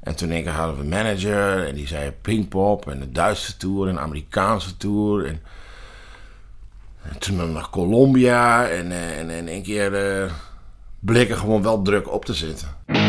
En toen hadden we een manager en die zei Pinkpop en de Duitse tour en de Amerikaanse tour. En toen naar Colombia en in één keer bleek er gewoon wel druk op te zitten.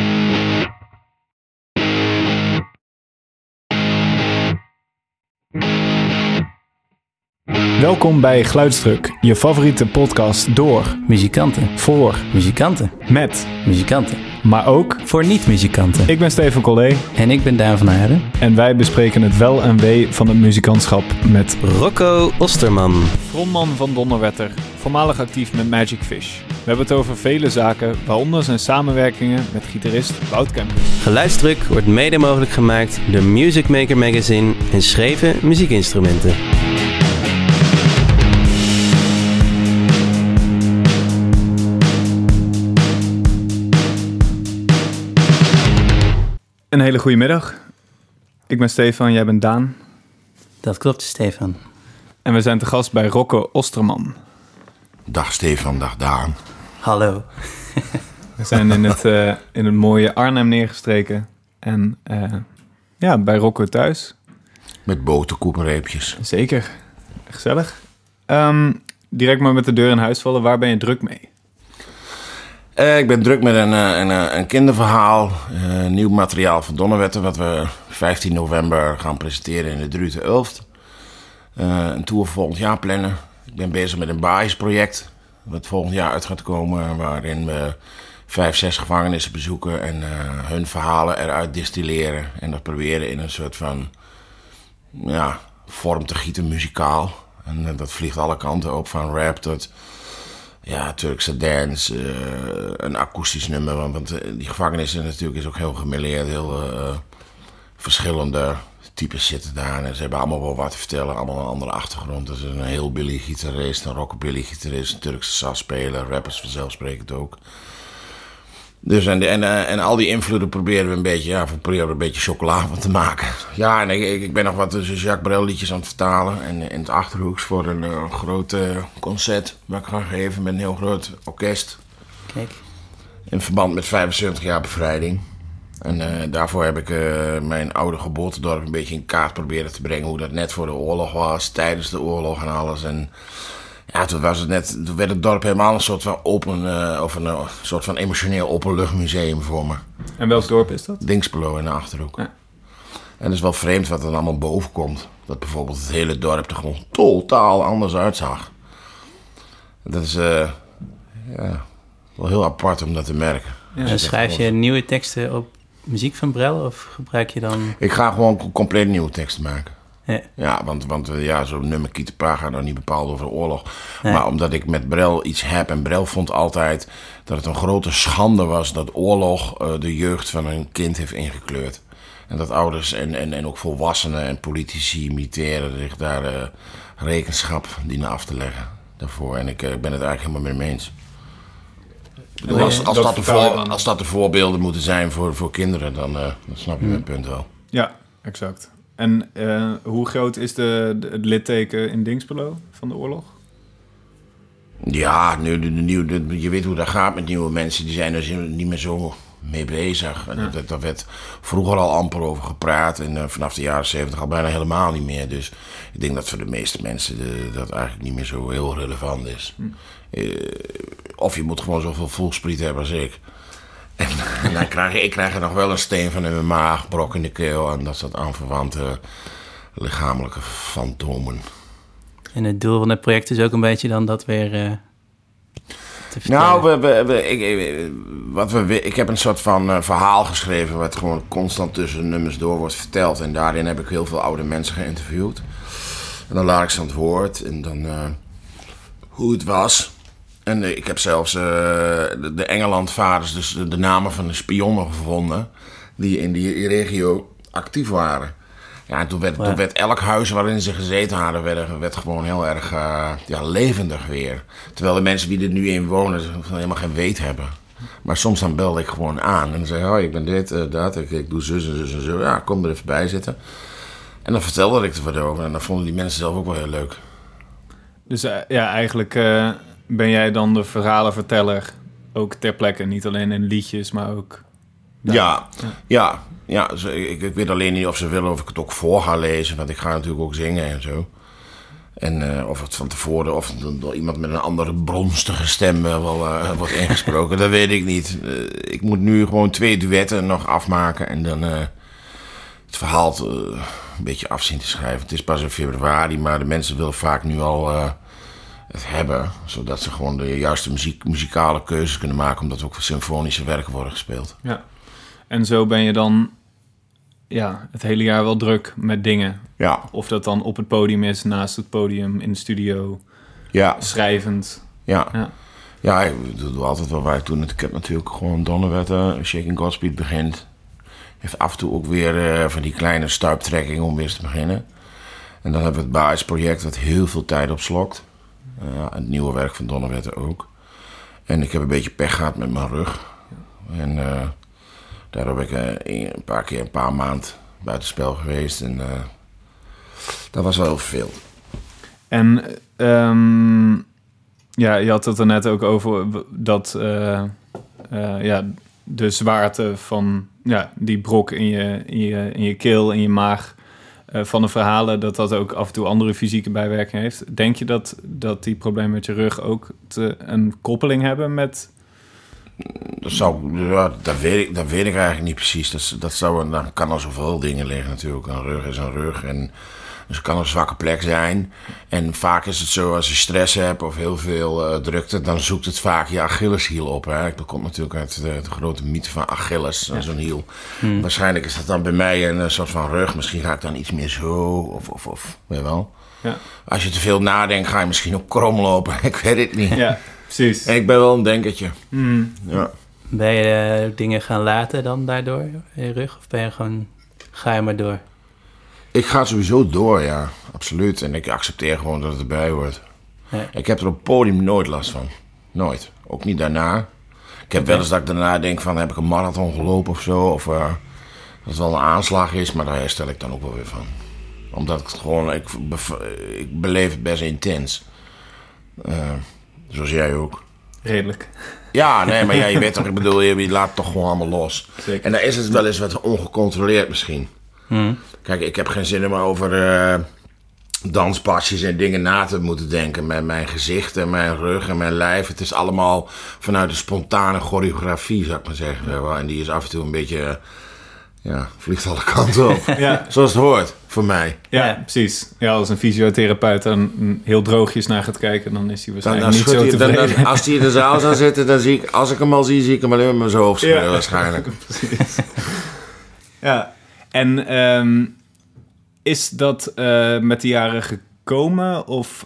Welkom bij Geluidsdruk, je favoriete podcast door muzikanten, voor muzikanten, met muzikanten, maar ook voor niet-muzikanten. Ik ben Steven Collé En ik ben Daan van Aarden. En wij bespreken het wel en wee van het muzikantschap met Rocco Osterman, frontman van Donnerwetter, voormalig actief met Magic Fish. We hebben het over vele zaken, waaronder zijn samenwerkingen met gitarist Wout Kemper. Geluidsdruk wordt mede mogelijk gemaakt door Music Maker Magazine en Schreven Muziekinstrumenten. Een hele goede middag. Ik ben Stefan, jij bent Daan. Dat klopt, Stefan. En we zijn te gast bij Rocco Osterman. Dag Stefan, dag Daan. Hallo. We zijn in het mooie Arnhem neergestreken. En bij Rocco thuis. Met boterkoepenreepjes. Zeker. Gezellig. Direct maar met de deur in huis vallen. Waar ben je druk mee? Ik ben druk met een kinderverhaal. Nieuw materiaal van Donnerwetter. Wat we 15 november gaan presenteren in de Druten Ulft. Een tour volgend jaar plannen. Ik ben bezig met een basisproject. Wat volgend jaar uit gaat komen. Waarin we 5, 6 gevangenissen bezoeken. En hun verhalen eruit distilleren. En dat proberen in een soort van vorm te gieten muzikaal. En dat vliegt alle kanten op. Van rap tot Turkse dance. Een akoestisch nummer. Want die gevangenissen natuurlijk is ook heel gemêleerd. Heel verschillende types zitten daar. En ze hebben allemaal wel wat te vertellen. Allemaal een andere achtergrond. Dus een heel billy gitarist, een rockabilly gitarist, een Turkse sasspeler, rappers vanzelfsprekend ook. Dus en al die invloeden proberen we een beetje chocola van te maken. Ja, en ik ben nog wat Jacques Brel liedjes aan het vertalen. En in het Achterhoeks voor een groot concert wat ik ga geven met een heel groot orkest. Kijk. In verband met 75 jaar bevrijding. En daarvoor heb ik mijn oude geboortedorp een beetje in kaart proberen te brengen. Hoe dat net voor de oorlog was, tijdens de oorlog en alles. En toen werd het dorp helemaal een soort van een soort van emotioneel openluchtmuseum voor me. En welk dorp is dat? Dinxperlo in de Achterhoek. Ja. En het is wel vreemd wat er allemaal boven komt. Dat bijvoorbeeld het hele dorp er gewoon totaal anders uitzag. Dat is wel heel apart om dat te merken. Ja. En schrijf je nieuwe teksten op muziek van Brel of gebruik je dan... Ik ga gewoon compleet nieuwe teksten maken. Ja, want zo'n nummer Kiet de Praag gaat nou niet bepaald over de oorlog. Nee. Maar omdat ik met Brel iets heb. En Brel vond altijd dat het een grote schande was dat oorlog de jeugd van een kind heeft ingekleurd. En dat ouders en ook volwassenen en politici, militairen zich daar rekenschap dienen af te leggen daarvoor. En ik ben het eigenlijk helemaal met hem eens. Als dat de voorbeelden moeten zijn voor kinderen, dan snap je mijn punt wel. Ja, exact. En hoe groot is het litteken in Dinxperlo van de oorlog? Ja, je weet hoe dat gaat met nieuwe mensen. Die zijn er niet meer zo mee bezig. En daar werd vroeger al amper over gepraat. En vanaf de jaren 70 al bijna helemaal niet meer. Dus ik denk dat voor de meeste mensen dat eigenlijk niet meer zo heel relevant is. Of je moet gewoon zoveel voelspriet hebben als ik. En dan krijg je nog wel een steen van in mijn maag, brok in de keel en dat soort aanverwante lichamelijke fantomen. En het doel van het project is ook een beetje dan dat weer te vertellen. Nou, ik heb een soort van verhaal geschreven wat gewoon constant tussen nummers door wordt verteld. En daarin heb ik heel veel oude mensen geïnterviewd. En dan laat ik ze aan het woord en dan hoe het was. En ik heb zelfs de Engelandvaders, dus de namen van de spionnen gevonden die in die regio actief waren. Ja, en toen werd elk huis waarin ze gezeten hadden, werd gewoon heel erg levendig weer. Terwijl de mensen die er nu in wonen helemaal geen weet hebben. Maar soms dan belde ik gewoon aan en dan zei ik ben dit, dat, ik doe zus en zo. Ja, kom er even bij zitten. En dan vertelde ik er wat over en dan vonden die mensen zelf ook wel heel leuk. Dus eigenlijk ben jij dan de verhalenverteller ook ter plekke? Niet alleen in liedjes, maar ook... Ja. Ja, ik weet alleen niet of ze willen of ik het ook voor ga lezen. Want ik ga natuurlijk ook zingen en zo. En of het van tevoren of door iemand met een andere bronstige stem wel wordt ingesproken, dat weet ik niet. Ik moet nu gewoon 2 duetten nog afmaken en dan het verhaal een beetje afzien te schrijven. Het is pas in februari, maar de mensen willen vaak nu al het hebben. Zodat ze gewoon de juiste muzikale keuzes kunnen maken, omdat ook voor symfonische werken worden gespeeld. Ja. En zo ben je dan het hele jaar wel druk met dingen. Ja. Of dat dan op het podium is, naast het podium, in de studio, schrijvend. Ja, ik doe altijd wel waar ik toen. Ik heb natuurlijk gewoon Donnerwetter, Shaking Godspeed begint. Heeft af en toe ook weer van die kleine stuiptrekking om weer eens te beginnen. En dan hebben we het basisproject dat heel veel tijd opslokt. Het nieuwe werk van Donnerwetter ook. En ik heb een beetje pech gehad met mijn rug. En daardoor ben ik een paar maanden buitenspel geweest. En dat was wel heel veel. En je had het er net ook over dat de zwaarte van die brok in je keel, in je maag van de verhalen, dat ook af en toe andere fysieke bijwerkingen heeft. Denk je dat die problemen met je rug ook een koppeling hebben met... Dat weet ik eigenlijk niet precies. Dat kan al zoveel dingen liggen natuurlijk. Een rug is een rug. En dus het kan een zwakke plek zijn. En vaak is het zo, als je stress hebt of heel veel drukte, dan zoekt het vaak je Achilleshiel op. Hè? Dat komt natuurlijk uit de grote mythe van Achilles, zo'n hiel. Waarschijnlijk is dat dan bij mij een soort van rug. Misschien ga ik dan iets meer zo, of weet je wel. Ja. Als je te veel nadenkt, ga je misschien op krom lopen. Ik weet het niet. Ja, precies. En ik ben wel een denkertje. Ja. Ben je dingen gaan laten dan daardoor in je rug? Of ga je maar door? Ik ga sowieso door, ja. Absoluut. En ik accepteer gewoon dat het erbij hoort. Ja. Ik heb er op het podium nooit last van. Nooit. Ook niet daarna. Ik heb wel eens dat ik daarna denk van, heb ik een marathon gelopen of zo? Of dat het wel een aanslag is, maar daar herstel ik dan ook wel weer van. Omdat ik het gewoon, ik beleef het best intens. Zoals jij ook. Redelijk. Ja, nee, maar je weet toch, ik bedoel, je laat het toch gewoon allemaal los. Zeker. En dan is het wel eens wat ongecontroleerd misschien. Kijk, ik heb geen zin om over danspasjes en dingen na te moeten denken. Met mijn gezicht en mijn rug en mijn lijf. Het is allemaal vanuit een spontane choreografie, zou ik maar zeggen. En die is af en toe een beetje... vliegt alle kanten op. Ja. Zoals het hoort, voor mij. Ja, precies. Ja, als een fysiotherapeut dan heel droogjes naar gaat kijken, dan is hij waarschijnlijk niet zo tevreden. Als hij in de zaal zou zitten, dan zie ik... Als ik hem al zie ik hem alleen met mijn hoofd schudden, waarschijnlijk. Precies. Ja. En is dat met de jaren gekomen? Of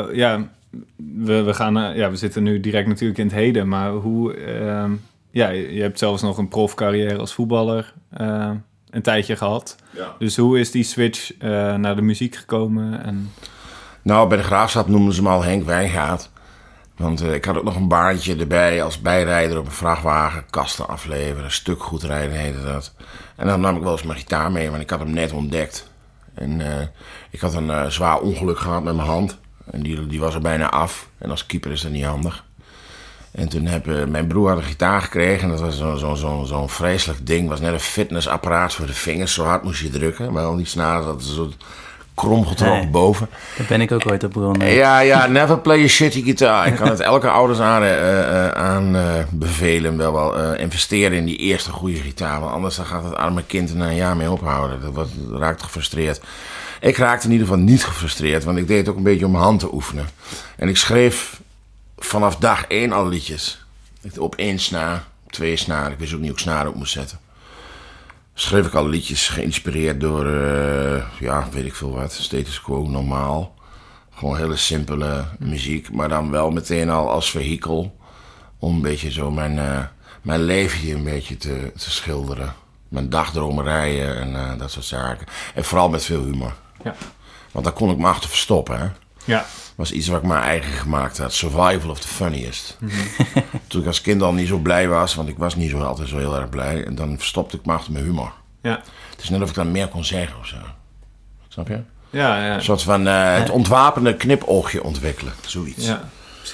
we zitten nu direct natuurlijk in het heden, maar hoe... je hebt zelfs nog een profcarrière als voetballer een tijdje gehad. Ja. Dus hoe is die switch naar de muziek gekomen? En... Nou, bij de Graafschap noemden ze me al Henk Wijngaard. Want ik had ook nog een baantje erbij als bijrijder op een vrachtwagen. Kasten afleveren, een stuk goed rijden heette dat. En dan nam ik wel eens mijn gitaar mee, want ik had hem net ontdekt. En ik had een zwaar ongeluk gehad met mijn hand. En die was er bijna af. En als keeper is dat niet handig. En toen mijn broer had een gitaar gekregen. En dat was zo'n vreselijk ding. Het was net een fitnessapparaat voor de vingers. Zo hard moest je drukken. Maar al die snaren zaten zo krom getrokken boven. Daar ben ik ook ooit op begonnen. Ja, never play a shitty guitar. Ik kan het elke ouders aanbevelen. Wel investeren in die eerste goede gitaar. Want anders dan gaat het arme kind er na een jaar mee ophouden. Dat raakt gefrustreerd. Ik raakte in ieder geval niet gefrustreerd. Want ik deed het ook een beetje om mijn hand te oefenen. En ik schreef vanaf dag 1 al liedjes. Op 1 snaar, 2 snaar. Ik wist ook niet hoe ik snaar op moest zetten. Schreef ik al liedjes geïnspireerd door, weet ik veel wat. Status Quo, normaal. Gewoon hele simpele muziek. Maar dan wel meteen al als vehikel. Om een beetje zo mijn leven hier een beetje te schilderen. Mijn dagdromerijen en dat soort zaken. En vooral met veel humor. Ja. Want daar kon ik me achter verstoppen, hè. Ja. Was iets wat ik maar eigen gemaakt had. Survival of the funniest. Mm-hmm. Toen ik als kind al niet zo blij was, want ik was niet zo altijd zo heel erg blij. En dan verstopte ik me achter mijn humor. Ja. Het is net of ik dan meer kon zeggen of zo. Snap je? Ja. Een soort van het ontwapende knipoogje ontwikkelen. Zoiets. Ja, precies.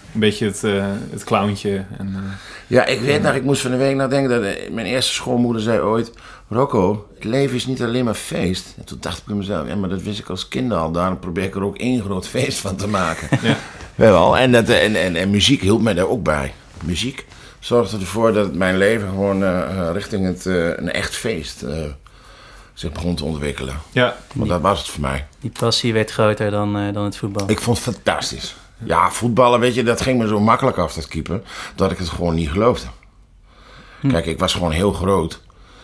Een beetje het clowntje. Ja, ik weet nog, ik moest van de week nadenken dat mijn eerste schoonmoeder zei ooit... Rocco, het leven is niet alleen maar feest. En toen dacht ik bij mezelf, ja, maar dat wist ik als kind al. Daarom probeer ik er ook één groot feest van te maken. Ja. Wel, en muziek hielp mij daar ook bij. Muziek zorgde ervoor dat mijn leven gewoon richting een echt feest zich begon te ontwikkelen. Ja. Want dat was het voor mij. Die passie werd groter dan het voetbal. Ik vond het fantastisch. Ja, voetballen, weet je, dat ging me zo makkelijk af, dat keeper, dat ik het gewoon niet geloofde. Kijk, ik was gewoon heel groot.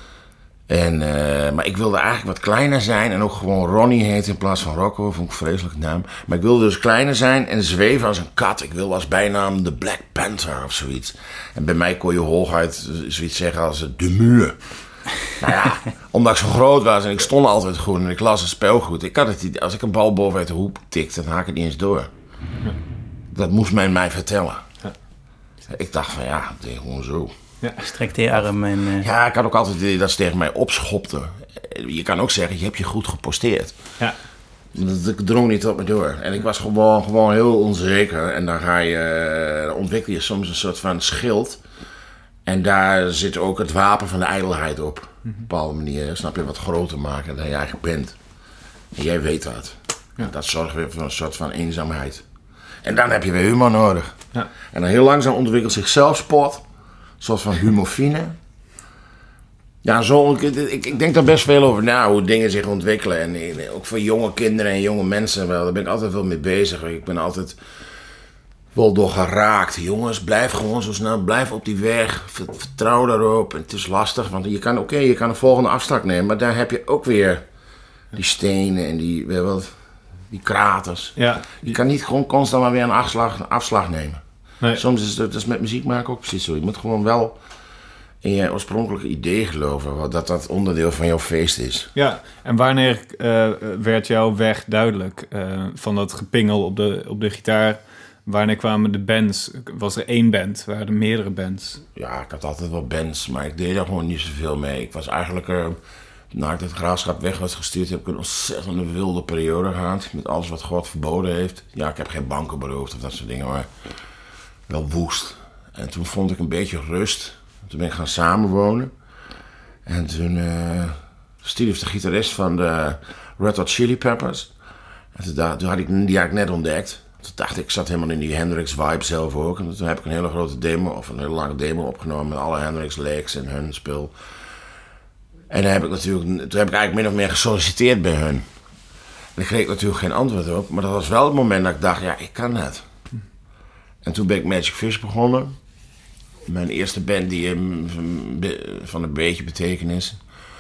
Maar ik wilde eigenlijk wat kleiner zijn en ook gewoon Ronnie heten in plaats van Rocco. Vond ik een vreselijke naam. Maar ik wilde dus kleiner zijn en zweven als een kat. Ik wilde als bijnaam de Black Panther of zoiets. En bij mij kon je hooguit zoiets zeggen als de muur. Nou ja, omdat ik zo groot was en ik stond altijd goed en ik las het spel goed. Ik had het niet, als ik een bal bovenuit de hoek tikte, dan haak ik het niet eens door. Dat moest men mij vertellen. Ja. Ik dacht van ja, het is gewoon zo. Ja. Strekte je arm en... Ja, ik had ook altijd het idee dat ze tegen mij opschopte. Je kan ook zeggen, je hebt je goed geposteerd. Ja. Dat drong niet op me door. En ik was gewoon heel onzeker. En dan ontwikkel je soms een soort van schild. En daar zit ook het wapen van de ijdelheid op. Op een bepaalde manier. Snap je, wat groter maken dan je eigenlijk bent. En jij weet dat. Ja. Dat zorgt weer voor een soort van eenzaamheid. En dan heb je weer humor nodig. Ja. En dan heel langzaam ontwikkelt zich zelfspot. Een soort van humorfine. Ja, ik denk daar best veel over na, hoe dingen zich ontwikkelen. En ook voor jonge kinderen en jonge mensen wel. Daar ben ik altijd wel mee bezig. Ik ben altijd wel door geraakt. Jongens, blijf gewoon zo snel. Blijf op die weg. Vertrouw daarop. En het is lastig, want je kan een volgende afslag nemen. Maar daar heb je ook weer die stenen en die kraters. Ja. Je kan niet gewoon constant maar weer een afslag nemen. Nee. Soms is het met muziek maken ook precies zo. Je moet gewoon wel in je oorspronkelijke idee geloven. Dat onderdeel van jouw feest is. Ja, en wanneer werd jouw weg duidelijk? Van dat gepingel op de gitaar. Wanneer kwamen de bands? Was er één band? Waren er meerdere bands? Ja, ik had altijd wel bands. Maar ik deed daar gewoon niet zoveel mee. Ik was eigenlijk... Na ik het graafschap weg was gestuurd, heb ik een ontzettende wilde periode gehad. Met alles wat God verboden heeft. Ja, ik heb geen banken beroofd of dat soort dingen, maar wel woest. En toen vond ik een beetje rust. Toen ben ik gaan samenwonen. En toen stierf de gitarist van de Red Hot Chili Peppers. En toen had ik die net ontdekt. Toen dacht ik zat helemaal in die Hendrix-vibe zelf ook. En toen heb ik een hele grote demo, of een hele lange demo opgenomen met alle Hendrix-licks en hun spul. En toen heb ik eigenlijk min of meer gesolliciteerd bij hun. En ik kreeg natuurlijk geen antwoord op. Maar dat was wel het moment dat ik dacht, ja, ik kan het. En toen ben ik Magic Fish begonnen. Mijn eerste band van een beetje betekenis.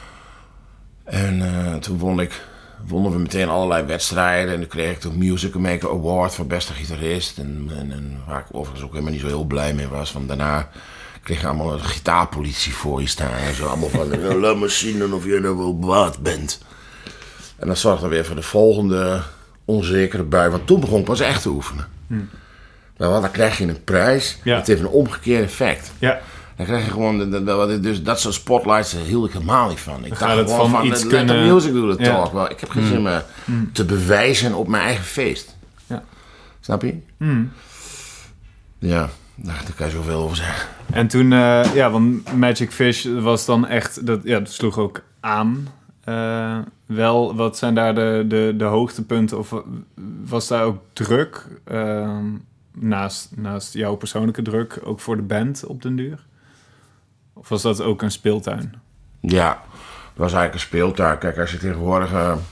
En toen wonnen we meteen allerlei wedstrijden. En toen kreeg ik de Music Maker Award voor beste gitarist. En waar ik overigens ook helemaal niet zo heel blij mee was. Want daarna kreeg je allemaal een gitaarpolitie voor je staan. En zo allemaal van, laat maar zien of je nou wel wat bent. En dat zorgde weer voor de volgende onzekere bui. Want toen begon ik pas echt te oefenen. Nou, dan krijg je een prijs. Ja. Het heeft een omgekeerd effect. Ja. Dan krijg je gewoon... Dus dat soort spotlights hield ik helemaal niet van. Ik dacht gewoon van iets let the music do the talk. Wel, ik heb geen zin meer te bewijzen op mijn eigen feest. Ja. Snap je? Ja, daar kan je zoveel over zeggen. En toen, want Magic Fish was dan echt... Dat sloeg ook aan. Wel, wat zijn daar de hoogtepunten? Of was daar ook druk? Naast jouw persoonlijke druk, ook voor de band op den duur? Of was dat ook een speeltuin? Ja, het was eigenlijk een speeltuin. Kijk, als je tegenwoordig...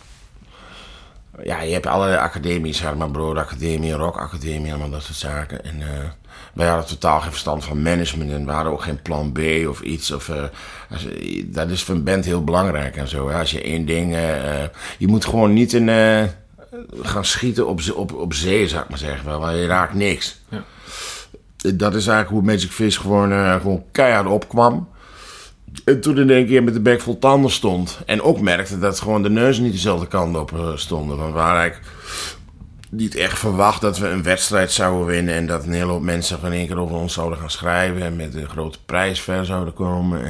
je hebt allerlei academies. Herman Brood Academie, Rock Academie, allemaal dat soort zaken. En wij hadden totaal geen verstand van management. En we hadden ook geen plan B of iets. Dat is voor een band heel belangrijk en zo. Als je één ding... je moet gewoon niet gaan schieten op zee, zou ik maar zeggen. Want je raakt niks. Ja. Dat is eigenlijk hoe Magic Fish gewoon keihard opkwam. En toen in één keer met de bek vol tanden stond. En ook merkte dat gewoon de neuzen niet dezelfde kant op stonden. Want we hadden eigenlijk niet echt verwacht dat we een wedstrijd zouden winnen. En dat een hele hoop mensen van één keer over ons zouden gaan schrijven. En met een grote prijs ver zouden komen.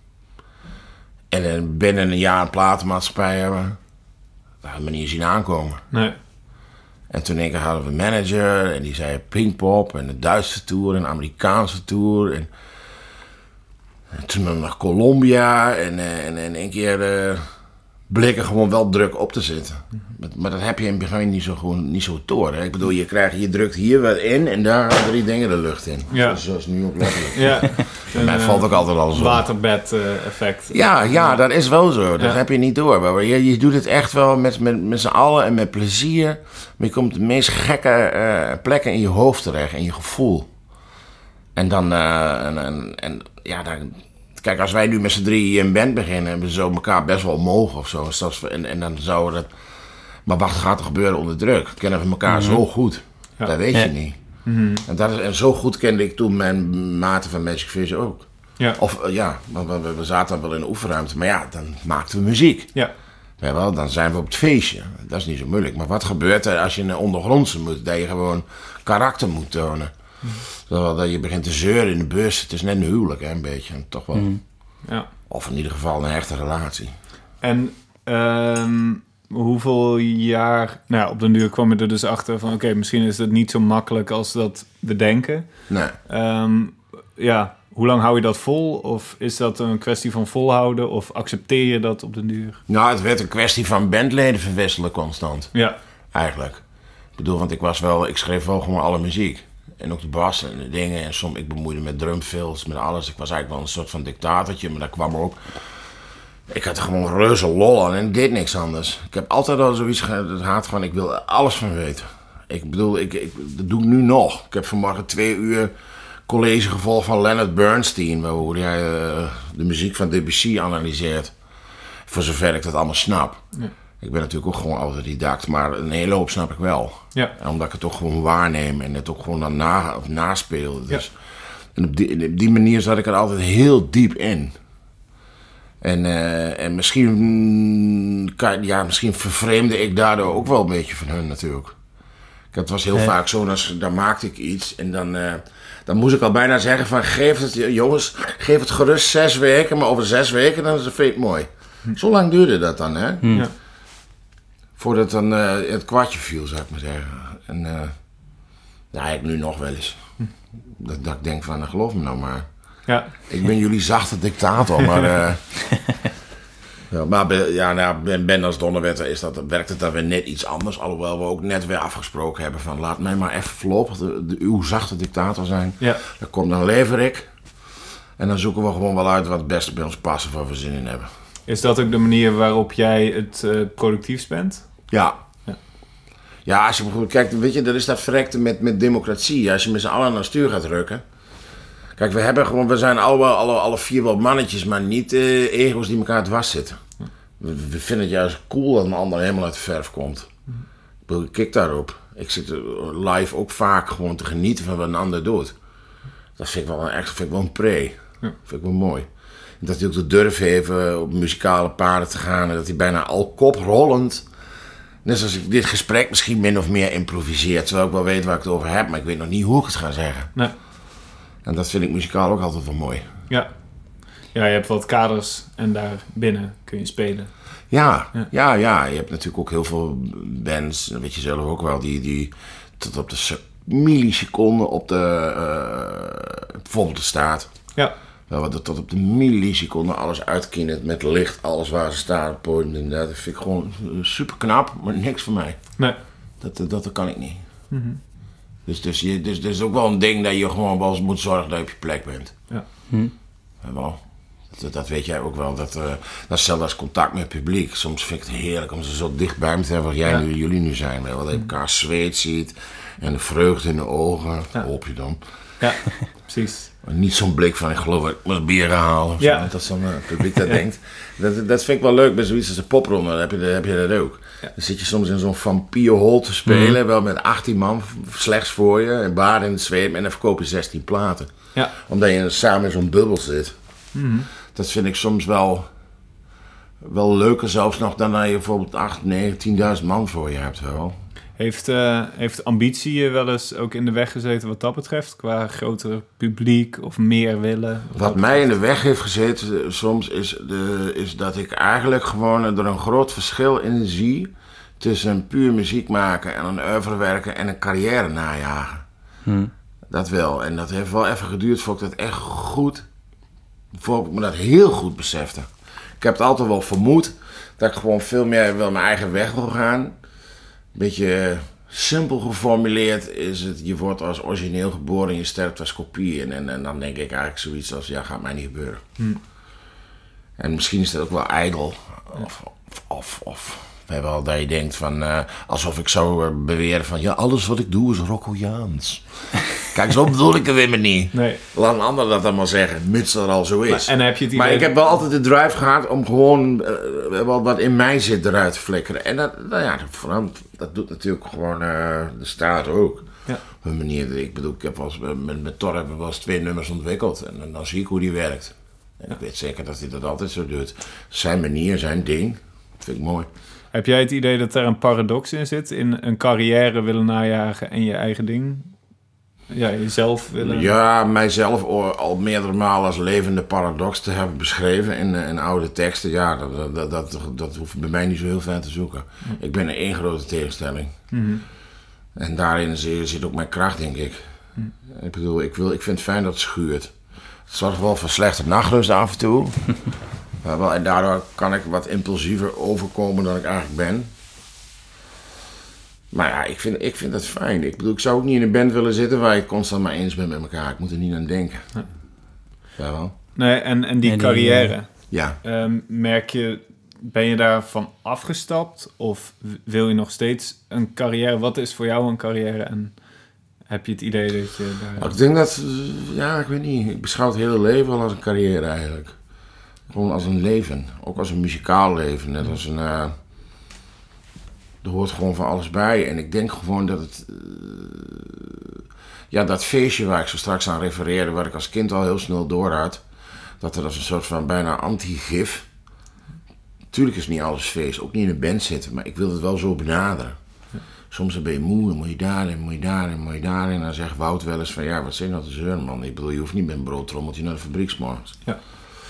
En binnen een jaar een platenmaatschappij hebben. Dat hadden we niet zien aankomen. Nee. En toen een keer hadden we een manager en die zei Pinkpop en de Duitse tour en de Amerikaanse tour. En toen naar Colombia en een keer bleek er gewoon wel druk op te zitten. Maar dat heb je in het begin niet zo door. Hè? Ik bedoel, je drukt hier wat in en daar gaan 3 dingen de lucht in. Ja. Zoals nu ook letterlijk. Ja. En mij valt ook altijd al zo. Waterbed effect. Ja, dat is wel zo. Dat heb je niet door. Maar je doet het echt wel met z'n allen en met plezier. Maar je komt op de meest gekke plekken in je hoofd terecht, in je gevoel. En dan, kijk, als wij nu met z'n 3 een band beginnen, hebben we zo elkaar best wel mogen of zo. En dan zou dat. Maar wat gaat er gebeuren onder druk? Kennen we elkaar zo goed? Ja. Dat weet je niet. Mm-hmm. En zo goed kende ik toen mijn maten van Magic Vision ook. Ja. Want we zaten dan wel in de oefenruimte, maar ja, dan maakten we muziek. Ja. Ja, wel, dan zijn we op het feestje. Dat is niet zo moeilijk. Maar wat gebeurt er als je een ondergrondse moet? Dat je gewoon karakter moet tonen. Dat je begint te zeuren in de bus. Het is net een huwelijk, hè, een beetje. Toch wel. Ja. Of in ieder geval een echte relatie. En hoeveel jaar... Nou ja, op den duur kwam je er dus achter van... Oké, misschien is het niet zo makkelijk als dat we denken. Nee. Hoe lang hou je dat vol? Of is dat een kwestie van volhouden? Of accepteer je dat op den duur? Nou, het werd een kwestie van bandleden verwisselen constant. Ja. Eigenlijk. Ik bedoel, want ik schreef wel gewoon alle muziek. En ook de bas en de dingen. En soms, ik bemoeide met drumfills, met alles. Ik was eigenlijk wel een soort van dictatortje, maar dat kwam ook. Ik had er gewoon reuze lol aan en deed niks anders. Ik heb altijd al zoiets gehad van, ik wil er alles van weten. Ik bedoel, dat doe ik nu nog. Ik heb vanmorgen 2 uur college gevolgd van Leonard Bernstein, hoe hij de muziek van Debussy analyseert. Voor zover ik dat allemaal snap. Ja. Ik ben natuurlijk ook gewoon autodidact, maar een hele hoop snap ik wel. Ja. Omdat ik het ook gewoon waarneem en het ook gewoon dan naspeel. Dus. Ja. En op die manier zat ik er altijd heel diep in. En misschien vervreemde ik daardoor ook wel een beetje van hun natuurlijk. Het was heel vaak zo, dan maakte ik iets en dan moest ik al bijna zeggen van geef het gerust 6 weken, maar over 6 weken dan is het veel mooi. Zo lang duurde dat dan, hè? Ja. Voordat dan het kwartje viel, zou ik maar zeggen. En ik nu nog wel eens. Dat ik denk van, geloof me nou maar. Ja. Ik ben jullie zachte dictator, maar... Ben als Donnerwetter werkt het dan weer net iets anders. Alhoewel we ook net weer afgesproken hebben van... laat mij maar even voorlopig uw zachte dictator zijn. Ja. Dan lever ik. En dan zoeken we gewoon wel uit wat het beste bij ons past... waar we zin in hebben. Is dat ook de manier waarop jij het productiefst bent? Ja. Ja, als je bijvoorbeeld kijkt... Weet je, dat is dat verrekte met democratie. Als je met z'n allen aan het stuur gaat rukken... Kijk, we zijn alle 4 wel mannetjes, maar niet ego's die elkaar dwars zitten. We vinden het juist cool dat een ander helemaal uit de verf komt. Ik kijk daarop. Ik zit live ook vaak gewoon te genieten van wat een ander doet. Dat vind ik wel een pre. Ja. Dat vind ik wel mooi. En dat hij ook de durf heeft op muzikale paden te gaan en dat hij bijna al koprollend... Net zoals ik dit gesprek misschien min of meer improviseer, terwijl ik wel weet waar ik het over heb, maar ik weet nog niet hoe ik het ga zeggen. Nee. En dat vind ik muzikaal ook altijd wel mooi. Ja, je hebt wat kaders en daar binnen kun je spelen. Ja. Je hebt natuurlijk ook heel veel bands, dat weet je zelf ook wel, die tot op de milliseconde op de bijvoorbeeld de staat. Ja. Wat tot op de milliseconde alles uitkienet met licht, alles waar ze staan op het podium. Dat vind ik gewoon super knap, maar niks voor mij. Nee. Dat kan ik niet. Mm-hmm. Dus er is ook wel een ding dat je gewoon wel eens moet zorgen dat je op je plek bent. Ja. Dat weet jij ook wel. Dat hetzelfde als contact met het publiek. Soms vind ik het heerlijk om ze zo dichtbij me te hebben als jullie nu zijn. Dat je elkaar zweet ziet en de vreugde in de ogen. Ja. Hoop je dan. Ja, precies. Niet zo'n blik van, ik geloof ik moet bier halen. Ja. Dat zo'n publiek dat denkt. Dat vind ik wel leuk bij zoiets als de popronde. Dan heb je dat ook. Ja. Dan zit je soms in zo'n vampierhol te spelen. Wel met 18 man slechts voor je. En baden in het zweet. En dan verkoop je 16 platen. Ja. Omdat je samen in zo'n bubbel zit. Mm-hmm. Dat vind ik soms wel leuker zelfs nog dan dat je bijvoorbeeld 8, 9, 10.000 man voor je hebt. Wel. Heeft ambitie je wel eens ook in de weg gezeten wat dat betreft? Qua groter publiek of meer willen? Wat mij in de weg heeft gezeten soms is dat ik eigenlijk gewoon er een groot verschil in zie tussen puur muziek maken en een oeuvre werken en een carrière najagen. Dat wel. En dat heeft wel even geduurd voordat ik dat echt goed... Voordat ik me dat heel goed besefte. Ik heb het altijd wel vermoed dat ik gewoon veel meer wel mijn eigen weg wil gaan. Een beetje simpel geformuleerd is het... Je wordt als origineel geboren en je sterft als kopie. En dan denk ik eigenlijk zoiets als... Ja, gaat mij niet gebeuren. En misschien is dat ook wel ijdel. Of we hebben al dat je denkt van... alsof ik zou beweren van... Ja, alles wat ik doe is Rockoiaans. Kijk, zo bedoel ik het weer niet. Nee. Laat een ander dat dan maar zeggen, mits dat al zo is. Maar ik heb wel altijd de drive gehad om gewoon wat in mij zit eruit te flikkeren. En dat doet natuurlijk gewoon de staat ook. Ja. Op een manier, ik bedoel, ik heb wel eens, met Thor hebben we wel eens 2 nummers ontwikkeld. En dan zie ik hoe die werkt. En ik weet zeker dat hij dat altijd zo doet. Zijn manier, zijn ding, dat vind ik mooi. Heb jij het idee dat er een paradox in zit? In een carrière willen najagen en je eigen ding? Ja, jezelf willen... Ja, mijzelf al meerdere malen als levende paradox te hebben beschreven in oude teksten. Ja, dat hoeft bij mij niet zo heel ver te zoeken. Ik ben in 1 grote tegenstelling. En daarin zit ook mijn kracht, denk ik. Ik bedoel, ik vind het fijn dat het schuurt. Het zorgt wel voor slechte nachtrust af en toe. En daardoor kan ik wat impulsiever overkomen dan ik eigenlijk ben. Maar ja, ik vind dat fijn. Ik bedoel, ik zou ook niet in een band willen zitten waar ik constant maar eens ben met elkaar. Ik moet er niet aan denken. Ja wel. Nee, en die carrière. Ja. Merk je, ben je daarvan afgestapt? Of wil je nog steeds een carrière? Wat is voor jou een carrière? En heb je het idee dat je daar... Ik denk dat, ja, ik weet niet. Ik beschouw het hele leven wel als een carrière eigenlijk. Gewoon als een leven. Ook als een muzikaal leven. Net als een... Er hoort gewoon van alles bij. En ik denk gewoon dat het... dat feestje waar ik zo straks aan refereerde... waar ik als kind al heel snel door had... dat er als een soort van bijna anti-gif... Tuurlijk is niet alles feest. Ook niet in een band zitten. Maar ik wil het wel zo benaderen. Ja. Soms ben je moe en moet je daarin, moet je daarin, moet je daarin. En dan zegt Wout wel eens van... Ja, wat zijn nou te zeuren, man? Ik bedoel, je hoeft niet met een broodtrommeltje naar de fabrieksmarkt. Ja.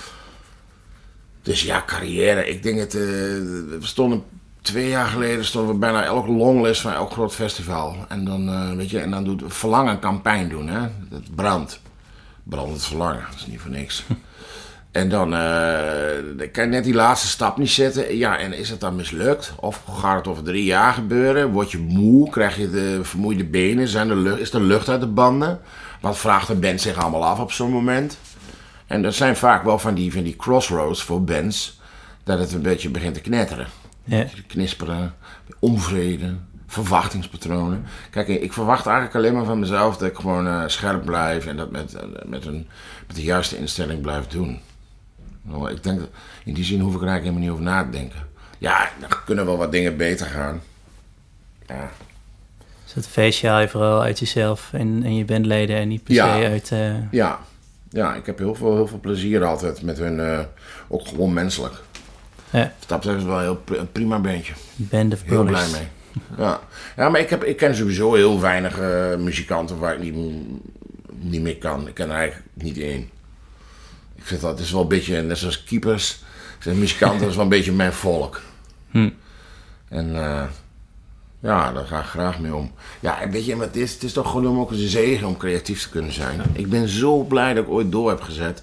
Dus ja, carrière. Ik denk het... we stonden... 2 jaar geleden stonden we bijna elke longlist van elk groot festival. En dan, weet je, en dan doet verlangen campagne doen, hè. Het brandt. Brandend verlangen, dat is niet voor niks. En dan kan je net die laatste stap niet zetten. Ja, en is het dan mislukt? Of gaat het over 3 jaar gebeuren? Word je moe? Krijg je de vermoeide benen? Is er lucht uit de banden? Wat vraagt de band zich allemaal af op zo'n moment? En dat zijn vaak wel van die crossroads voor bands... dat het een beetje begint te knetteren. Ja. Knisperen, onvrede, verwachtingspatronen. Kijk, ik verwacht eigenlijk alleen maar van mezelf dat ik gewoon scherp blijf en dat met de juiste instelling blijf doen. Nou, ik denk dat in die zin hoef ik er eigenlijk helemaal niet over na te denken. Ja, dan kunnen wel wat dingen beter gaan. Ja. Dus het feestje haal je vooral uit jezelf en je bandleden en niet per se uit... Ja, ik heb heel veel plezier altijd met hun, ook gewoon menselijk. Ja. Dat is wel een prima bandje. Band of heel blij mee. Ja, maar ik ken sowieso heel weinig muzikanten waar ik niet mee kan. Ik ken er eigenlijk niet één. Ik vind dat is wel een beetje, net zoals keepers, zijn muzikanten, dat is wel een beetje mijn volk. En daar ga ik graag mee om. Ja, en weet je, maar het is toch gewoon ook een zegen om creatief te kunnen zijn. Ja. Ik ben zo blij dat ik ooit door heb gezet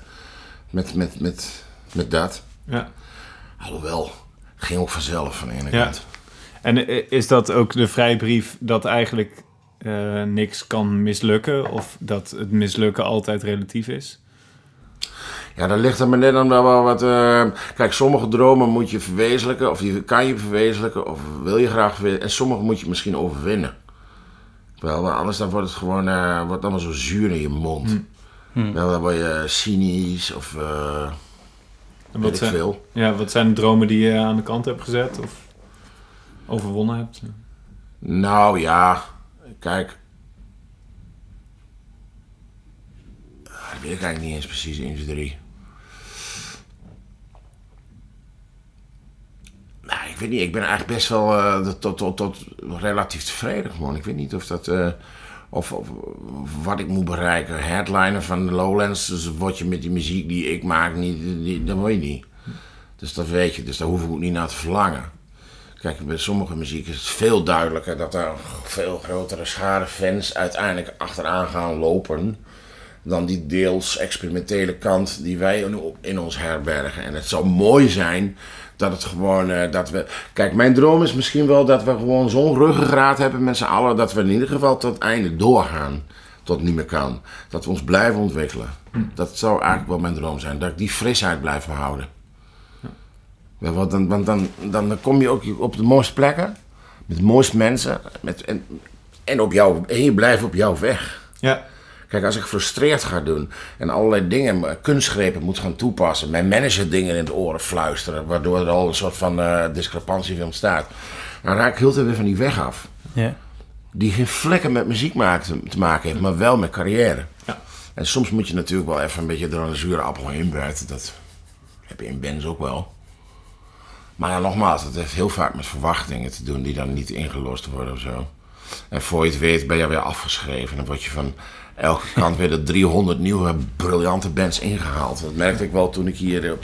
met dat. Ja. Alhoewel, het ging ook vanzelf van de ene kant. En is dat ook de vrijbrief dat eigenlijk niks kan mislukken? Of dat het mislukken altijd relatief is? Ja, dat ligt er maar net aan wel wat... kijk, sommige dromen moet je verwezenlijken, of die kan je verwezenlijken, of wil je graag verwezenlijken. En sommige moet je misschien overwinnen. Wel, anders dan wordt het gewoon wordt allemaal zo zuur in je mond. Wel, dan word je cynisch of... wat zijn de dromen die je aan de kant hebt gezet of overwonnen hebt? Nou ja, kijk. Dat weet ik eigenlijk niet eens precies, 1, 2, 3. Nou, ik weet niet, ik ben eigenlijk best wel tot relatief tevreden gewoon. Ik weet niet of dat... Of wat ik moet bereiken. Headliner van de Lowlands. Dus word je met die muziek die ik maak niet... Dat word je niet. Dus dat weet je. Dus daar hoef ik ook niet naar te verlangen. Kijk, bij sommige muziek is het veel duidelijker dat er veel grotere schare fans uiteindelijk achteraan gaan lopen dan die deels experimentele kant die wij in ons herbergen. En het zou mooi zijn dat het gewoon, dat we... Kijk, mijn droom is misschien wel dat we gewoon zo'n ruggengraat hebben met z'n allen, dat we in ieder geval tot het einde doorgaan, tot het niet meer kan. Dat we ons blijven ontwikkelen. Dat zou eigenlijk wel mijn droom zijn, dat ik die frisheid blijf behouden. Want dan kom je ook op de mooiste plekken, met de mooiste mensen, en je blijft op jouw weg. Ja. Kijk, als ik frustreerd ga doen en allerlei dingen, kunstgrepen moet gaan toepassen, mijn manager dingen in de oren fluisteren, waardoor er al een soort van discrepantie ontstaat, dan raak ik heel te weer van die weg af. Ja. Die geen vlekken met muziek te maken heeft, maar wel met carrière. Ja. En soms moet je natuurlijk wel even een beetje door een zure appel heen bijten. Dat heb je in bands ook wel. Maar ja, nogmaals, het heeft heel vaak met verwachtingen te doen die dan niet ingelost worden of zo. En voor je het weet ben je weer afgeschreven. Dan word je van elke kant weer de 300 nieuwe briljante bands ingehaald. Dat merkte ik wel toen ik hier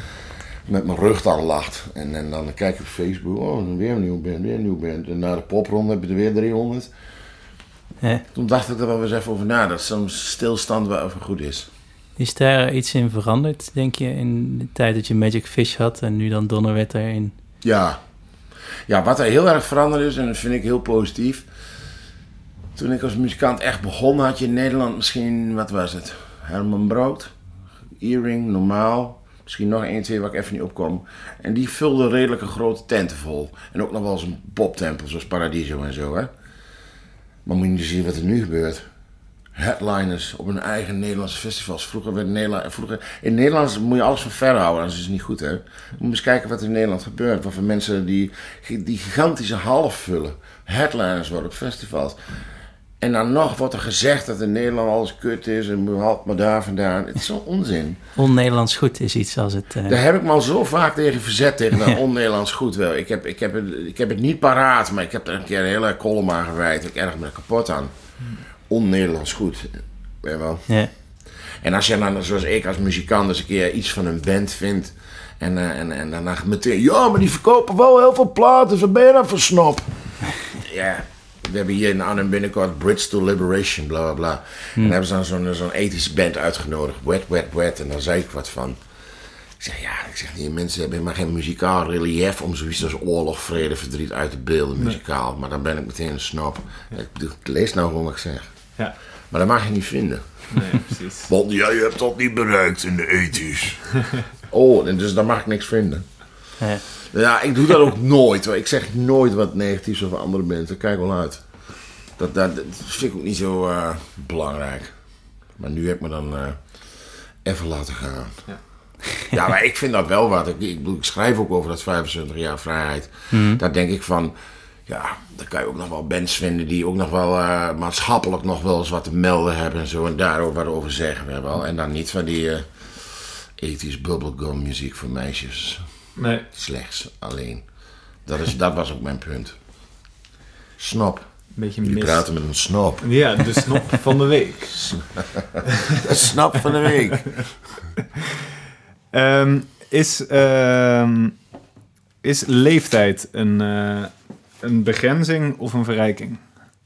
met mijn rug dan lag. En dan kijk je op Facebook, oh, weer een nieuwe band. En na de popronde heb je er weer 300. Toen dacht ik er wel eens even over na, dat zo'n stilstand wel even goed is. Is daar iets in veranderd, denk je, in de tijd dat je Magic Fish had en nu dan Donnerwetter in? Ja, wat er heel erg veranderd is, en dat vind ik heel positief. Toen ik als muzikant echt begon, had je in Nederland misschien, wat was het? Herman Brood, Earring, Normaal. Misschien nog 1, 2 waar ik even niet opkom. En die vulden redelijke grote tenten vol. En ook nog wel eens een poptempel, zoals Paradiso en zo, hè. Maar moet je zien wat er nu gebeurt. Headliners op hun eigen Nederlandse festivals. Vroeger in Nederland moet je alles van ver houden, anders is het niet goed, hè. Je moet eens kijken wat er in Nederland gebeurt. Wat voor mensen die gigantische hallen vullen. Headliners worden op festivals. En dan nog wordt er gezegd dat in Nederland alles kut is en haalt maar daar vandaan. Het is zo'n onzin. On-Nederlands goed is iets als het... Daar heb ik me al zo vaak tegen verzet, tegen dat on-Nederlands goed wel. Ik heb het niet paraat, maar ik heb er een keer een hele column aan gewijd. Ik erg me er kapot aan. On-Nederlands goed. Weet je wel. Ja. En als je dan, zoals ik als muzikant, eens een keer iets van een band vindt. En dan meteen, ja, maar die verkopen wel heel veel platen. Wat ben je dan voor snop? Ja. We hebben hier in Arnhem binnenkort Bridge to Liberation, bla bla bla. En dan hebben ze dan zo'n ethische band uitgenodigd. Wet, wet, wet. En daar zei ik wat van. Ik zeg, die mensen hebben maar geen muzikaal relief om zoiets als oorlog, vrede, verdriet uit te beelden, muzikaal. Nee. Maar dan ben ik meteen een snop. Ik lees nou gewoon wat ik zeg. Ja. Maar dat mag je niet vinden. Nee, precies. Want jij hebt dat niet bereikt in de ethisch. Oh, en dus daar mag ik niks vinden. Ja. Ja, ik doe dat ook nooit. Hoor. Ik zeg nooit wat negatiefs over andere mensen. Kijk wel uit. Dat vind ik ook niet zo belangrijk. Maar nu heb ik me dan even laten gaan. Ja. Ja, maar ik vind dat wel wat. Ik schrijf ook over dat 75 jaar vrijheid. Daar denk ik van... Ja, dan kan je ook nog wel bands vinden die ook nog wel maatschappelijk nog wel eens wat te melden hebben en zo. En daar ook wat over zeggen we wel. En dan niet van die ethisch bubblegum muziek voor meisjes. Nee. Slechts, alleen. Dat was ook mijn punt. Snop. Jullie praten met een snop. Ja, de snop van de week. De snop van de week. Is leeftijd een begrenzing of een verrijking?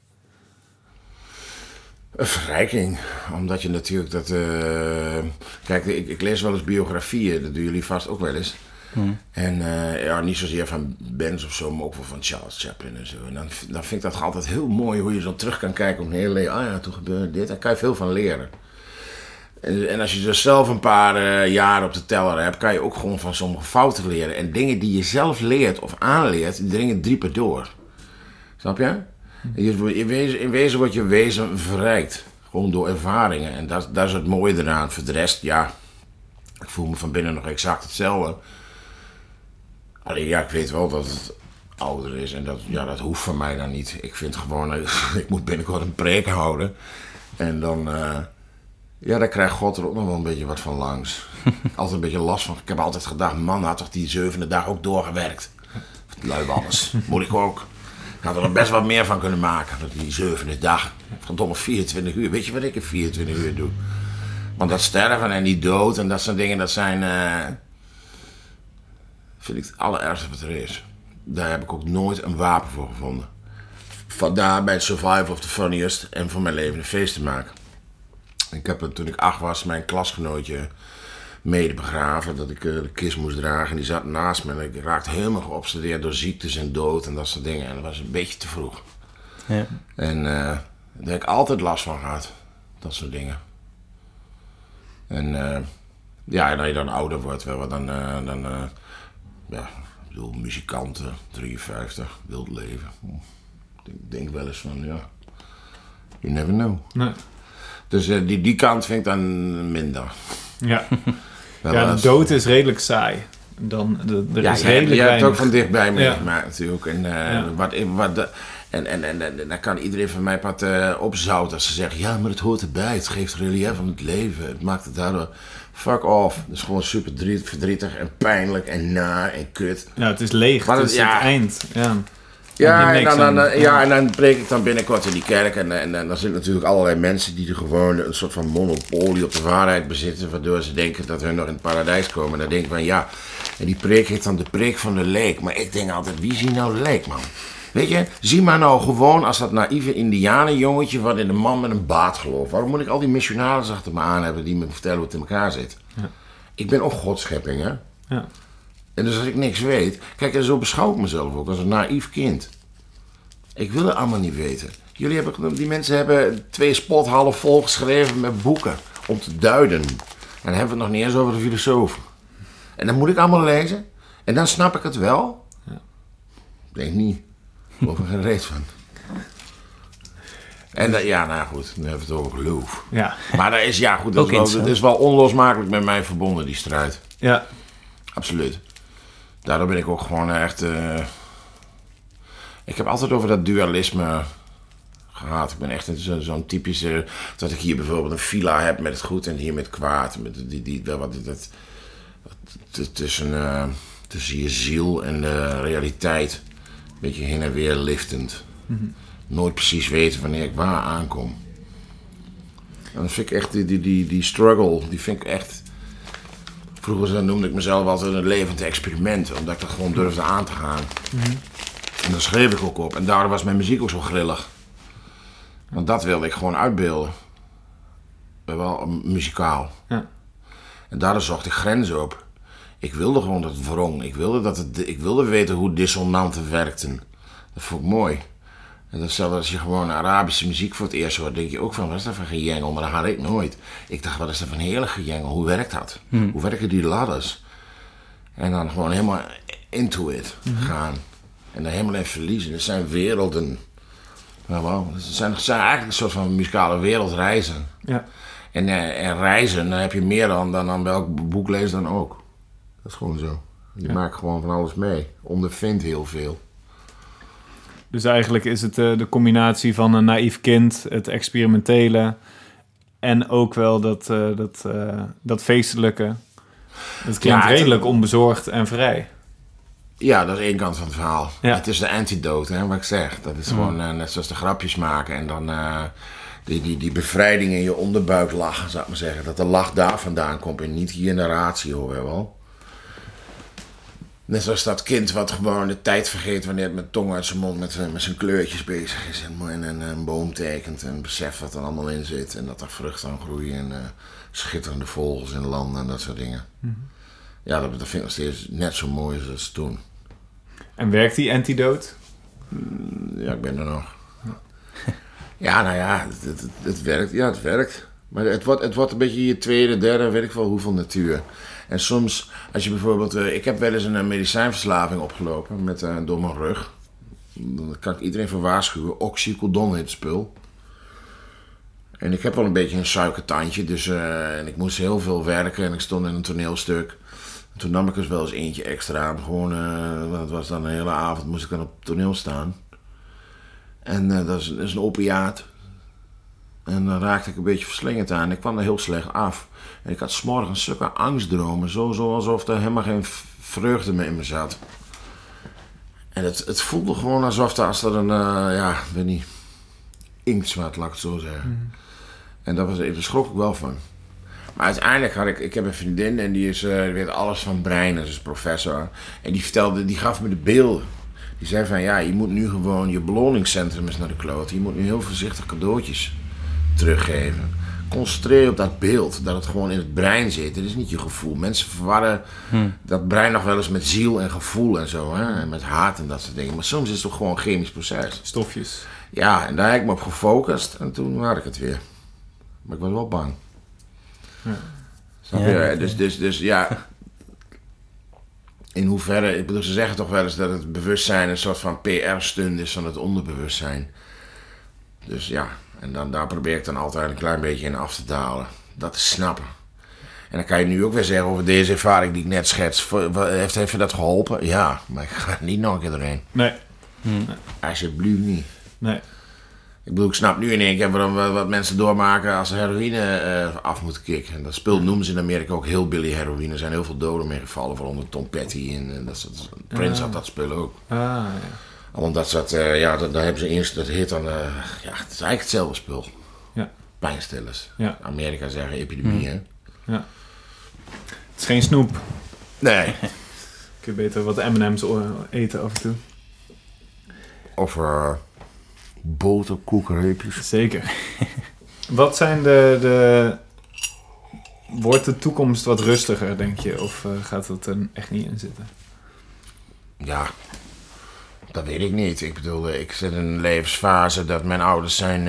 Een verrijking. Omdat je natuurlijk dat... Kijk, ik lees wel eens biografieën. Dat doen jullie vast ook wel eens. En niet zozeer van bands of zo, maar ook wel van Charles Chaplin en zo. En dan vind ik dat altijd heel mooi hoe je zo terug kan kijken op een hele leven. Ah ja, toen gebeurde dit. Daar kan je veel van leren. En als je dus zelf een paar jaren op de teller hebt, kan je ook gewoon van sommige fouten leren. En dingen die je zelf leert of aanleert, die dringen dieper door. Snap je? In wezen wordt je wezen verrijkt. Gewoon door ervaringen. En dat is het mooie eraan. Voor de rest, ja, ik voel me van binnen nog exact hetzelfde. Alleen ja, ik weet wel dat het ouder is. En dat hoeft van mij dan niet. Ik vind gewoon, ik moet binnenkort een preek houden. En dan... daar krijgt God er ook nog wel een beetje wat van langs. Altijd een beetje last van. Ik heb altijd gedacht, man, had toch die 7e dag ook doorgewerkt. Luiballes. Moet ik ook. Ik had er nog best wat meer van kunnen maken. Die 7e dag. Verdomme 24 uur. Weet je wat ik in 24 uur doe? Want dat sterven en die dood en dat soort dingen, dat zijn... vind ik het allerergste wat er is. daar heb ik ook nooit een wapen voor gevonden. Vandaar bij Survival of the Funniest en voor mijn leven een feest te maken. Ik heb toen ik 8 was mijn klasgenootje mede begraven, dat ik de kist moest dragen. En die zat naast me en ik raakte helemaal geobsedeerd door ziektes en dood en dat soort dingen. En dat was een beetje te vroeg. Ja. En daar heb ik altijd last van gehad. Dat soort dingen. En en als je dan ouder wordt, ik bedoel, muzikanten, 53, wild leven. Ik denk wel eens van, ja, you never know. Nee. Dus die kant vind ik dan minder. Ja, de dood is redelijk saai. Dan, er is redelijk je hebt het ook weinig. van dichtbij meegemaakt natuurlijk. En dan kan iedereen van mij wat opzouten als ze zeggen, ja, maar het hoort erbij. Het geeft relief aan het leven. Het maakt het daardoor fuck off. Het is gewoon super verdrietig en pijnlijk en naar en kut. Ja, het is leeg. Maar het is het eind. Ja. En dan preek ik dan binnenkort in die kerk. En dan zitten natuurlijk allerlei mensen die er gewoon een soort van monopolie op de waarheid bezitten. Waardoor ze denken dat hun nog in het paradijs komen. En dan denk ik van ja. En die preek heet dan de preek van de leek. Maar ik denk altijd, wie zie nou de leek, man? Weet je, zie maar nou gewoon als dat naïeve indianenjongetje wat in een man met een baard gelooft. Waarom moet ik al die missionaris achter me aan hebben die me vertellen hoe het in elkaar zit? Ja. Ik ben ook Godschepping, hè? Ja. En dus als ik niks weet... Kijk, en zo beschouw ik mezelf ook als een naïef kind. Ik wil het allemaal niet weten. Die mensen hebben 2 spothallen volgeschreven met boeken om te duiden. En dan hebben we het nog niet eens over de filosofen. En dan moet ik allemaal lezen. En dan snap ik het wel. Ja. Ik denk niet. Ik geloof er geen reet van. En goed, dan hebben we het over geloof. Ja. Maar dat is, dat is wel onlosmakelijk met mij verbonden, die strijd. Ja. Absoluut. Daardoor ben ik ook gewoon echt... Ik heb altijd over dat dualisme gehad. Ik ben echt zo'n typische... Dat ik hier bijvoorbeeld een villa heb met het goed en hier met het kwaad. Tussen je ziel en de realiteit. Een beetje heen en weer liftend. Mm-hmm. Nooit precies weten wanneer ik waar aankom. En dan vind ik echt die struggle, die vind ik echt... Vroeger noemde ik mezelf altijd een levend experiment, omdat ik dat gewoon durfde aan te gaan. Mm-hmm. En daar schreef ik ook op. En daardoor was mijn muziek ook zo grillig. Want dat wilde ik gewoon uitbeelden. Wel muzikaal. Ja. En daardoor zocht ik grenzen op. Ik wilde gewoon dat het wrong. Ik wilde weten hoe dissonanten werkten. Dat vond ik mooi. En dat zelfs als je gewoon Arabische muziek voor het eerst hoort, denk je ook van, wat is dat voor gejengel? Maar dat had ik nooit. Ik dacht, wat is dat voor een heerlijk gejengel? Hoe werkt dat? Hoe werken die ladders? En dan gewoon helemaal into it gaan. En daar helemaal in verliezen. Er zijn werelden. Het zijn eigenlijk een soort van muzikale wereldreizen. Ja. En reizen, dan heb je meer dan welk boek lees dan ook. Dat is gewoon zo. Je maakt gewoon van alles mee. Ondervindt heel veel. Dus eigenlijk is het de combinatie van een naïef kind, het experimentele en ook wel dat feestelijke. Dat klinkt redelijk onbezorgd en vrij. Ja, dat is één kant van het verhaal. Ja. Het is de antidote, hè, wat ik zeg. Dat is gewoon net zoals de grapjes maken en dan die bevrijding in je onderbuik lachen, zou ik maar zeggen. Dat de lach daar vandaan komt en niet hier in de ratio, hoor wel. Net zoals dat kind wat gewoon de tijd vergeet wanneer het met tong uit zijn mond met zijn kleurtjes bezig is. En een boom tekent en beseft wat er allemaal in zit. En dat er vruchten aan groeien en schitterende vogels in landen en dat soort dingen. Mm-hmm. Ja, dat vind ik nog steeds net zo mooi als toen. En werkt die antidote? Ja, ik ben er nog. Ja, nou ja, het werkt. Ja, het werkt. Maar het wordt een beetje je tweede, derde, weet ik wel hoeveel natuur. En soms, als je bijvoorbeeld... ik heb wel eens een medicijnverslaving opgelopen door mijn rug. Dan kan ik iedereen voor waarschuwen. Oxycodon heet het spul. En ik heb wel een beetje een suikertandje. Dus en ik moest heel veel werken en ik stond in een toneelstuk. En toen nam ik dus wel eens eentje extra. Gewoon, want het was dan een hele avond, moest ik dan op het toneel staan. En dat is een opiaat. En dan raakte ik een beetje verslingerd aan. Ik kwam er heel slecht af. En ik had 's morgens zulke angstdromen. Zo alsof er helemaal geen vreugde meer in me zat. En het voelde gewoon alsof als er een, weet niet, inktzwart, laat ik het zo zeggen. Mm. En daar schrok ik wel van. Maar uiteindelijk ik heb een vriendin en die weet alles van brein, dat is professor. En die gaf me de beelden. Die zei van, ja, je moet nu gewoon, je beloningscentrum is naar de kloot. Je moet nu heel voorzichtig cadeautjes teruggeven. Concentreer op dat beeld, dat het gewoon in het brein zit. Het is niet je gevoel. Mensen verwarren dat brein nog wel eens met ziel en gevoel en zo. Hè? En met hart en dat soort dingen. Maar soms is het toch gewoon een chemisch proces. Stofjes. Ja, en daar heb ik me op gefocust en toen had ik het weer. Maar ik was wel bang. Ja. Snap je? Dus ja... In hoeverre, ik bedoel, ze zeggen toch wel eens dat het bewustzijn een soort van PR-stunt is van het onderbewustzijn. Dus ja, en dan, daar probeer ik dan altijd een klein beetje in af te dalen. Dat te snappen. En dan kan je nu ook weer zeggen over deze ervaring die ik net schets. Heeft je dat geholpen? Ja, maar ik ga er niet nog een keer doorheen. Nee. Alsjeblieft niet. Nee. Ik bedoel, ik snap nu in één keer waarom wat mensen doormaken als ze heroïne af moeten kicken. En dat spul noemen ze in Amerika ook hillbilly heroïne. Er zijn heel veel doden mee gevallen, waaronder Tom Petty en dat soort. Prince had dat spul ook. Ja. Omdat ze dat, daar hebben ze eerst dat hit aan, het is eigenlijk hetzelfde spul. Ja. Pijnstillers. Ja. Amerika zeggen epidemie, hè? Ja. Het is geen snoep. Nee. Kun je beter wat M&M's eten af en toe. Of boterkoekenreepjes. Zeker. Wat zijn Wordt de toekomst wat rustiger, denk je? Of gaat het er echt niet in zitten? Ja, dat weet ik niet. Ik bedoel, ik zit in een levensfase dat mijn ouders zijn...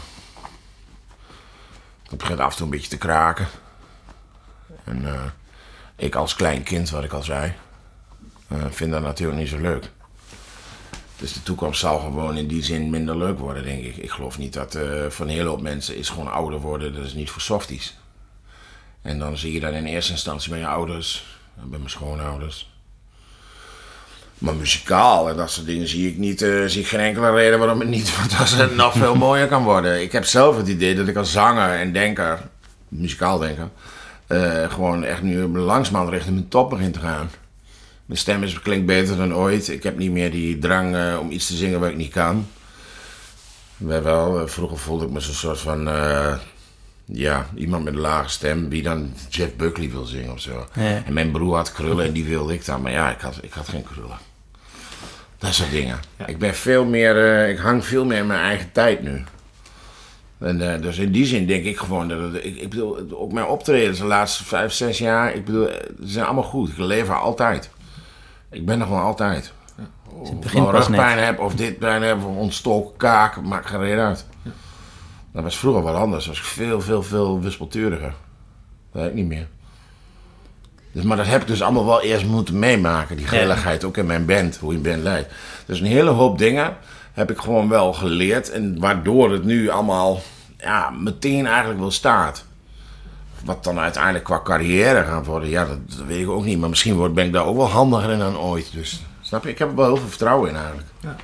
het begint af en toe een beetje te kraken. En ik als klein kind, wat ik al zei, vind dat natuurlijk niet zo leuk. Dus de toekomst zal gewoon in die zin minder leuk worden, denk ik. Ik geloof niet dat voor een hele hoop mensen is gewoon ouder worden, dat is niet voor softies. En dan zie je dat in eerste instantie bij je ouders, bij mijn schoonouders. Maar muzikaal en dat soort dingen zie ik niet, zie ik geen enkele reden waarom het niet nog veel mooier kan worden. Ik heb zelf het idee dat ik als zanger en denker, muzikaal denker, gewoon echt nu langzamerhand richting mijn top begin te gaan. Mijn stem klinkt beter dan ooit. Ik heb niet meer die drang om iets te zingen wat ik niet kan. Vroeger voelde ik me zo'n soort van... iemand met een lage stem... die dan Jeff Buckley wil zingen of zo. Ja. En mijn broer had krullen en die wilde ik dan. Maar ja, ik had geen krullen. Dat soort dingen. Ja. Ik ben veel meer... ik hang veel meer in mijn eigen tijd nu. En, dus in die zin denk ik gewoon dat ik bedoel, ook mijn optredens de laatste 5, 6 jaar... Ik bedoel, ze zijn allemaal goed. Ik leef er altijd. Ik ben er gewoon altijd. Dus Of het ik begint nou pas rugpijn net. heb, of dit pijn heb, of ontstoken kaak, maakt geen reden uit. Ja. Dat was vroeger wel anders. Was ik veel wispelturiger. Dat heb ik niet meer. Dus, maar dat heb ik dus allemaal wel eerst moeten meemaken. Die geilligheid, ook in mijn band, hoe je een band leidt. Dus een hele hoop dingen heb ik gewoon wel geleerd. En waardoor het nu allemaal meteen eigenlijk wel staat. Wat dan uiteindelijk qua carrière gaat worden, dat weet ik ook niet. Maar misschien ben ik daar ook wel handiger in dan ooit. Dus, snap je? Ik heb er wel heel veel vertrouwen in eigenlijk. Ja.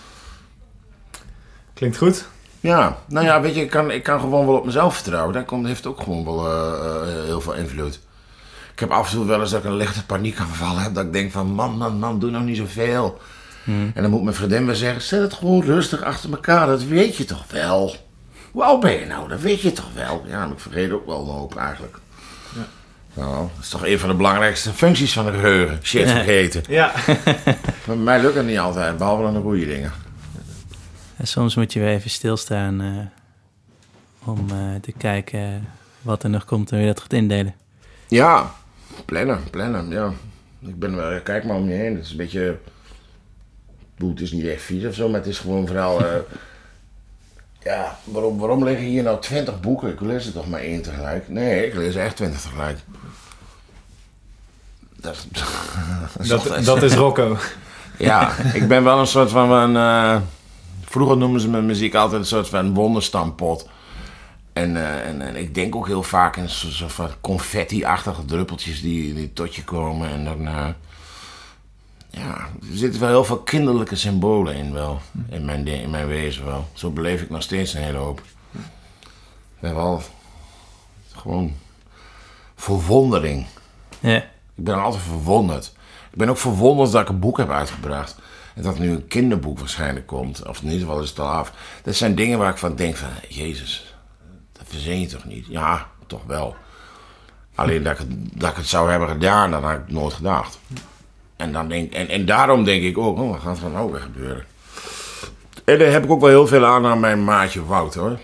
Klinkt goed. Ja, nou ja, weet je, ik kan gewoon wel op mezelf vertrouwen. Dat heeft ook gewoon wel heel veel invloed. Ik heb af en toe wel eens dat ik een lichte paniekaanval heb. Dat ik denk van, man, doe nou niet zoveel. En dan moet mijn vriendin weer zeggen, zet het gewoon rustig achter elkaar. Dat weet je toch wel. Hoe oud ben je nou? Dat weet je toch wel. Ja, maar ik vergeet ook wel een hoop eigenlijk. Ja. Nou, dat is toch een van de belangrijkste functies van het geheugen. Shit vergeten. Ja. Maar bij mij lukt het niet altijd, behalve aan de goede dingen. En soms moet je weer even stilstaan om te kijken wat er nog komt en hoe je dat gaat indelen. Ja, plannen, ja. Ik ben wel, kijk maar om je heen. Het is een beetje... Het is niet echt vies of zo, maar het is gewoon vooral... waarom liggen hier nou 20 boeken? Ik lees er toch maar 1 tegelijk? Nee, ik lees echt 20 tegelijk. Dat is Rocco. Ja, ik ben wel een soort van... vroeger noemden ze mijn muziek altijd een soort van wonderstampot. En ik denk ook heel vaak in soort van confetti-achtige druppeltjes die tot je komen. En dan... er zitten wel heel veel kinderlijke symbolen in wel. In mijn wezen wel. Zo beleef ik nog steeds een hele hoop. Ik ben wel... Gewoon... Verwondering. Ja. Ik ben altijd verwonderd. Ik ben ook verwonderd dat ik een boek heb uitgebracht. En dat nu een kinderboek waarschijnlijk komt. Of in ieder geval is het al af. Dat zijn dingen waar ik van denk van... Jezus, dat verzin je toch niet? Ja, toch wel. Alleen dat ik het zou hebben gedaan, dat had ik nooit gedacht. En daarom denk ik ook, wat gaat er nou weer gebeuren? En daar heb ik ook wel heel veel aan mijn maatje Wout, hoor.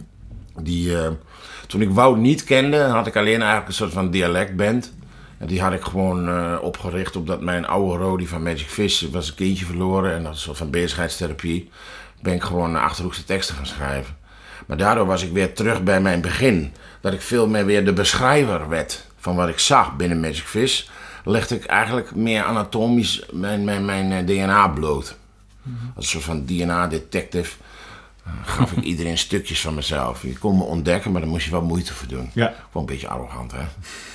Toen ik Wout niet kende, had ik alleen eigenlijk een soort van dialectband. En die had ik gewoon opgericht omdat mijn oude Rodi van Magic Fish was een kindje verloren. En dat is een soort van bezigheidstherapie. Ben ik gewoon Achterhoekse teksten gaan schrijven. Maar daardoor was ik weer terug bij mijn begin. Dat ik veel meer weer de beschrijver werd van wat ik zag binnen Magic Fish. Legde ik eigenlijk meer anatomisch mijn DNA bloot. Als een soort van DNA-detective gaf ik iedereen stukjes van mezelf. Je kon me ontdekken, maar daar moest je wel moeite voor doen. Ja. Gewoon een beetje arrogant, hè?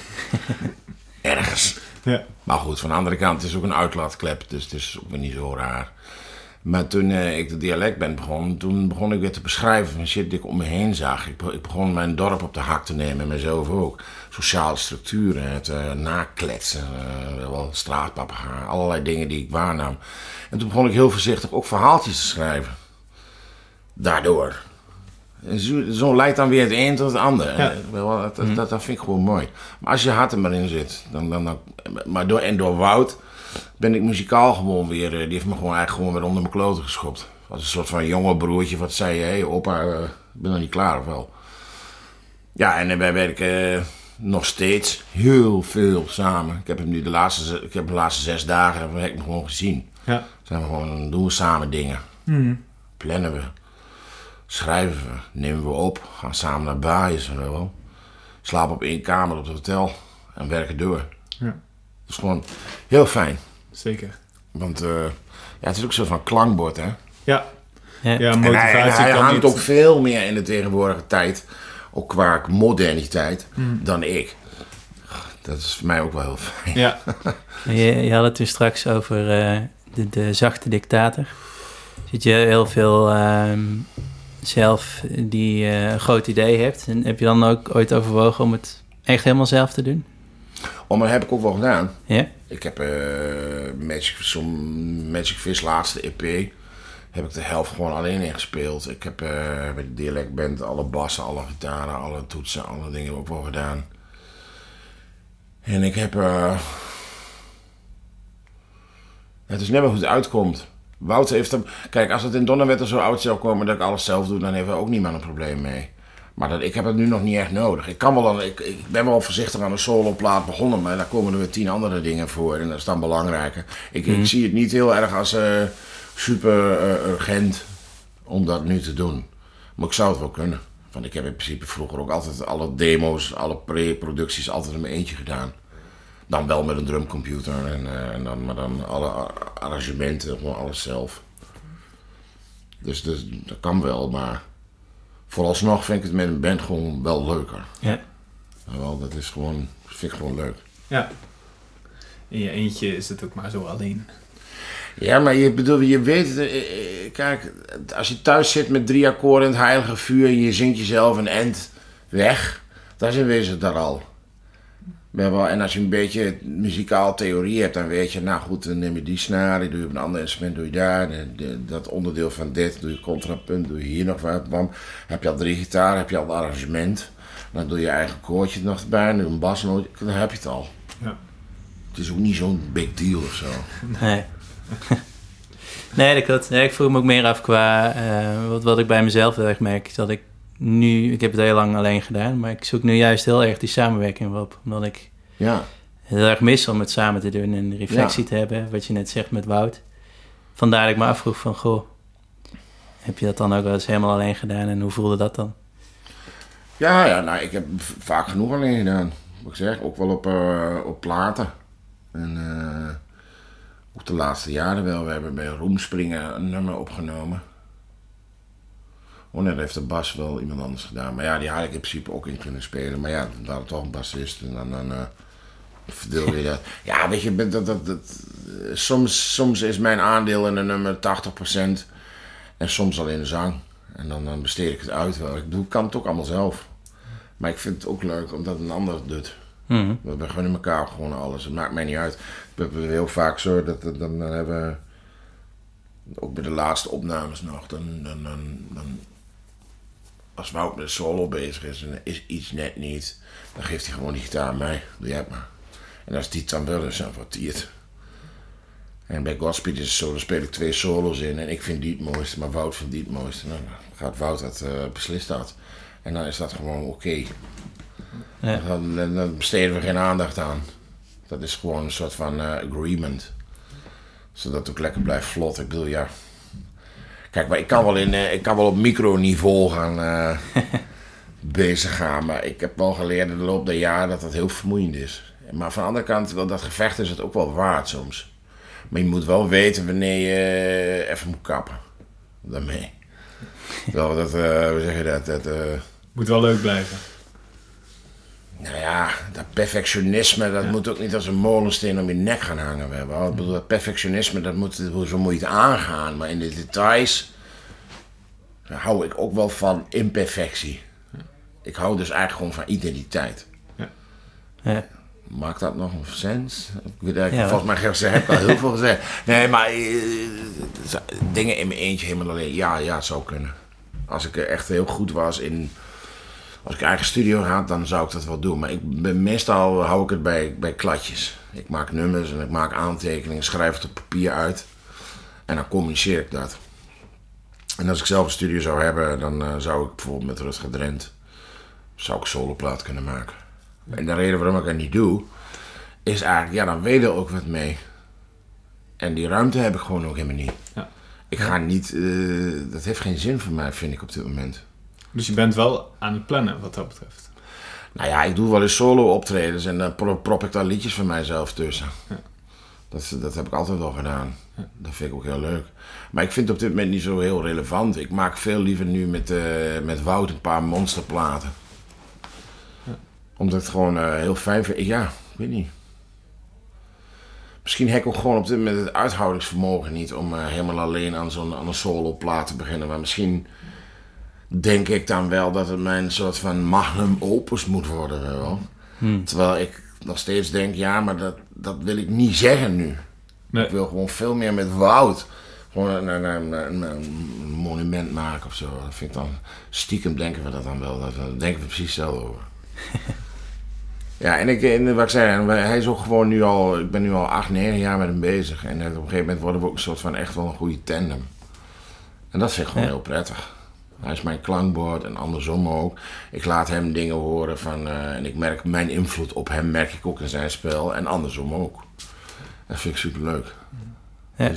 Ergens. Ja. Maar goed, van de andere kant, het is ook een uitlaatklep, dus het is ook weer niet zo raar. Maar toen ik de dialectband begon, toen begon ik weer te beschrijven van shit die ik om me heen zag. Ik begon mijn dorp op de hak te nemen, mezelf ook. Sociale structuren, het nakletsen, wel straatpapaga, allerlei dingen die ik waarnam. En toen begon ik heel voorzichtig ook verhaaltjes te schrijven. Daardoor. En zo leidt dan weer het een tot het ander. Ja. Dat vind ik gewoon mooi. Maar als je hart er maar in zit, maar door Wout ben ik muzikaal gewoon weer, die heeft me gewoon eigenlijk gewoon weer onder mijn kloten geschopt. Als een soort van jonge broertje wat zei, hé opa, ik ben nog niet klaar of wel. Ja, en daarbij werk ik nog steeds heel veel samen. Ik heb hem nu de laatste 6 dagen heb ik hem gewoon gezien. Ja. Doen we samen dingen. Plannen we. Schrijven we. Nemen we op. Gaan samen naar Baaiers en wel. Slapen op 1 kamer op het hotel. En werken door. Ja. Dat is gewoon heel fijn. Zeker. Want het is ook een soort van klankbord, hè. Ja. Ja, en motivatie hij kan hangt niet... ook veel meer in de tegenwoordige tijd, ook qua moderniteit, dan ik. Dat is voor mij ook wel heel fijn. Ja. Je had het toen straks over de zachte dictator. Zit je heel veel zelf die een groot idee hebt? En heb je dan ook ooit overwogen om het echt helemaal zelf te doen? Maar dat heb ik ook wel gedaan. Ja? Ik heb Magic Fish laatste EP, heb ik de helft gewoon alleen ingespeeld. Ik heb bij de dialectband alle bassen, alle gitaren, alle toetsen, alle dingen ook wel gedaan. En ik heb... het is net wel hoe het uitkomt. Wout heeft hem... Kijk, als het in Donnerwetter zo oud zou komen dat ik alles zelf doe, dan heeft er ook niemand een probleem mee. Maar ik heb het nu nog niet echt nodig. Ik ben wel voorzichtig aan de soloplaat begonnen, maar daar komen er weer 10 andere dingen voor. En dat is dan belangrijker. Ik zie het niet heel erg als super urgent om dat nu te doen. Maar ik zou het wel kunnen. Want ik heb in principe vroeger ook altijd alle demo's, alle pre-producties altijd in mijn eentje gedaan. Dan wel met een drumcomputer maar dan alle arrangementen, gewoon alles zelf. Dus dat kan wel, maar vooralsnog vind ik het met een band gewoon wel leuker. Ja. Wel, vind ik gewoon leuk. Ja. In je eentje is het ook maar zo alleen. Ja, maar je weet, kijk, als je thuis zit met 3 akkoorden in het heilige vuur en je zingt jezelf een end weg, dan zijn we daar al. En als je een beetje muzikaal theorie hebt, dan weet je, nou goed, dan neem je die snaar, die doe je op een ander instrument, doe je daar, dat onderdeel van dit, doe je contrapunt, doe je hier nog wat, bam. Heb je al 3 gitaren, heb je al het arrangement, dan doe je eigen koortje nog erbij, doe een basnoot, dan heb je het al. Ja. Het is ook niet zo'n big deal of zo. Nee. Nee, dat klopt. Nee, ik voel me ook meer af qua wat ik bij mezelf heel erg merk. Is dat ik heb het heel lang alleen gedaan, maar ik zoek nu juist heel erg die samenwerking op. Omdat ik heel erg mis om het samen te doen en de reflectie te hebben, wat je net zegt met Wout. Vandaar dat ik me afvroeg van, goh, heb je dat dan ook wel eens helemaal alleen gedaan en hoe voelde dat dan? Ja, nou, ik heb vaak genoeg alleen gedaan. Wat ik zeg, ook wel op platen. En ook de laatste jaren wel. We hebben bij Roemspringen een nummer opgenomen. Net heeft de bas wel iemand anders gedaan. Maar ja, die had ik in principe ook in kunnen spelen. Maar ja, we hadden toch een bassist. En dan verdeel je dat. Ja, weet je, soms is mijn aandeel in een nummer 80%. En soms alleen de zang. En dan besteed ik het uit wel. Ik kan het ook allemaal zelf. Maar ik vind het ook leuk omdat een ander het doet. Mm-hmm. We gunnen elkaar gewoon alles. Het maakt mij niet uit. We hebben heel vaak zo dat dan hebben we... Ook bij de laatste opnames nog. Dan als Wout met de solo bezig is en er is iets net niet, dan geeft hij gewoon die gitaar aan mij. Doe jij het maar. En als die het dan wel is, dan wordt hij het. En bij Godspeed is het zo, dan speel ik 2 solo's in en ik vind die het mooiste, maar Wout vindt die het mooiste. Nou, dan gaat Wout dat, beslist dat. En dan is dat gewoon oké. Ja. Dan besteden we geen aandacht aan. Dat is gewoon een soort van agreement. Zodat het ook lekker blijft vlot. Ik bedoel, ja. Kijk, maar ik kan wel op microniveau gaan bezig gaan. Maar ik heb wel geleerd in de loop der jaren dat heel vermoeiend is. Maar van de andere kant, dat gevecht is het ook wel waard soms. Maar je moet wel weten wanneer je even moet kappen. Daarmee. Wel, hoe zeg je dat? Moet wel leuk blijven. Nou ja, dat perfectionisme, dat moet ook niet als een molensteen om je nek gaan hangen. Ik bedoel, dat perfectionisme, zo moet je het aangaan. Maar in de details hou ik ook wel van imperfectie. Ik hou dus eigenlijk gewoon van identiteit. Ja. Maakt dat nog een sens? Volgens mij heb ik al heel veel gezegd. Nee, maar dingen in mijn eentje helemaal alleen. Ja, het zou kunnen. Als ik echt heel goed was in... Als ik eigen studio had, dan zou ik dat wel doen. Maar meestal hou ik het bij kladjes. Ik maak nummers en ik maak aantekeningen, schrijf het op papier uit. En dan communiceer ik dat. En als ik zelf een studio zou hebben, dan zou ik bijvoorbeeld met Rutger Drent... zou ik een soloplaat kunnen maken. En de reden waarom ik dat niet doe, is eigenlijk... Ja, dan weet er ook wat mee. En die ruimte heb ik gewoon ook helemaal niet. Ja. Ik ga niet... dat heeft geen zin voor mij, vind ik op dit moment. Dus je bent wel aan het plannen, wat dat betreft? Nou ja, ik doe wel eens solo optredens en dan prop ik daar liedjes van mijzelf tussen. Ja. Dat heb ik altijd wel gedaan. Ja. Dat vind ik ook heel leuk. Maar ik vind het op dit moment niet zo heel relevant. Ik maak veel liever nu met Wout een paar monsterplaten. Ja. Omdat het gewoon heel fijn vind. Ja, ik weet niet. Misschien heb ik ook gewoon op dit moment het uithoudingsvermogen niet om helemaal alleen aan een soloplaat te beginnen. Maar misschien... denk ik dan wel dat het mijn soort van magnum opus moet worden. Wel. Terwijl ik nog steeds denk, ja, maar dat wil ik niet zeggen nu. Nee. Ik wil gewoon veel meer met Wout gewoon een monument maken of zo. Dat vind ik dan stiekem denken we dat dan wel. Daar denken we precies hetzelfde over. Ja, en wat ik zei, hij is ook gewoon nu al, ik ben nu al 8, 9 jaar met hem bezig. En op een gegeven moment worden we ook een soort van echt wel een goede tandem. En dat vind ik gewoon heel prettig. Hij is mijn klankbord en andersom ook. Ik laat hem dingen horen van... en ik merk mijn invloed op hem merk ik ook in zijn spel. En andersom ook. Dat vind ik superleuk. Ja.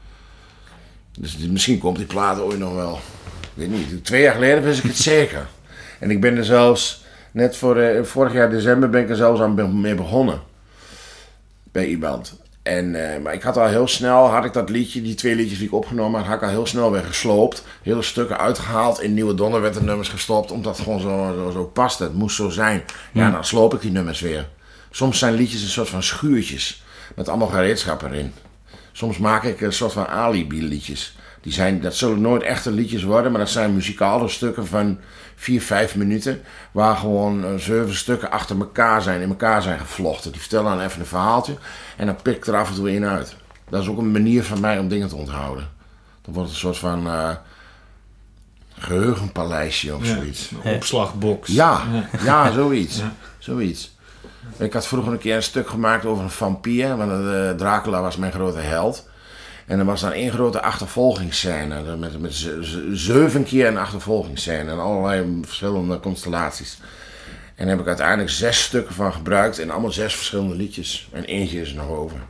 Dus misschien komt die plaat ooit nog wel. Ik weet niet. 2 jaar geleden wist ik het zeker. En ik ben er zelfs... Net vorig jaar december ben ik er zelfs aan mee begonnen. Bij iemand. Maar ik had al heel snel, dat liedje, die 2 liedjes die ik opgenomen had ik al heel snel weer gesloopt. Hele stukken uitgehaald, in nieuwe Donnerwetter-nummers gestopt, omdat het gewoon zo paste. Het moest zo zijn. Ja, dan sloop ik die nummers weer. Soms zijn liedjes een soort van schuurtjes, met allemaal gereedschap erin. Soms maak ik een soort van alibi-liedjes. Dat zullen nooit echte liedjes worden, maar dat zijn muzikale stukken van 4-5 minuten, waar gewoon 7 stukken achter elkaar zijn, in elkaar zijn gevlochten. Die vertellen dan even een verhaaltje en dan pik ik er af en toe in uit. Dat is ook een manier van mij om dingen te onthouden. Dan wordt het een soort van geheugenpaleisje of zoiets. Een opslagbox. Ja, zoiets. Ja. Zoiets. Ik had vroeger een keer een stuk gemaakt over een vampier, want Dracula was mijn grote held. En er was dan 1 grote achtervolgingsscène. Met 7 keer een achtervolgingsscène. En allerlei verschillende constellaties. En daar heb ik uiteindelijk 6 stukken van gebruikt. En allemaal 6 verschillende liedjes. En eentje is er nog over.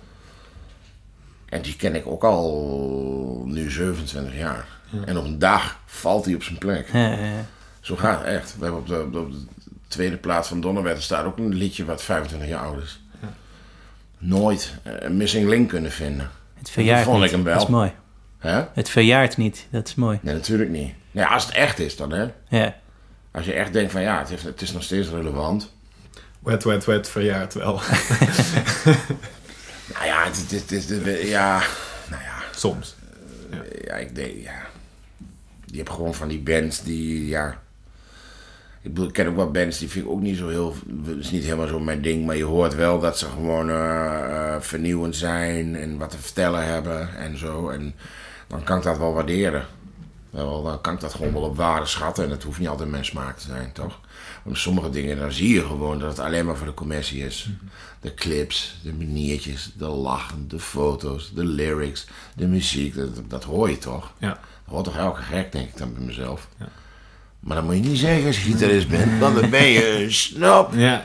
En die ken ik ook al nu 27 jaar. Ja. En op een dag valt hij op zijn plek. Ja. Zo gaat het echt. We hebben op de tweede plaats van Donnerwetter staat ook een liedje wat 25 jaar oud is. Ja. Nooit een missing link kunnen vinden. Het verjaart vond niet. Ik hem wel. Dat is mooi. Huh? Het verjaart niet. Dat is mooi. Nee, natuurlijk niet. Nee, als het echt is dan, hè. Ja. Als je echt denkt van ja, het is nog steeds relevant. Wet, verjaart wel. Nou ja, nou ja. Soms. Ja, ik denk, ja. Je hebt gewoon van die bands die, ja... Ik bedoel, ik ken ook wel bands die vind ik ook niet zo heel... Het is niet helemaal zo mijn ding, maar je hoort wel dat ze gewoon vernieuwend zijn en wat te vertellen hebben en zo. En dan kan ik dat wel waarderen. Wel, dan kan ik dat gewoon wel op waarde schatten. En het hoeft niet altijd mijn smaak te zijn, toch? Want sommige dingen, dan zie je gewoon dat het alleen maar voor de commercie is. De clips, de maniertjes, de lachen, de foto's, de lyrics, de muziek. Dat hoor je toch? Ja. Dat hoort toch elke gek, denk ik dan bij mezelf. Ja. Maar dan moet je niet zeggen als je gitarist bent, want dan ben je een snap. Ja.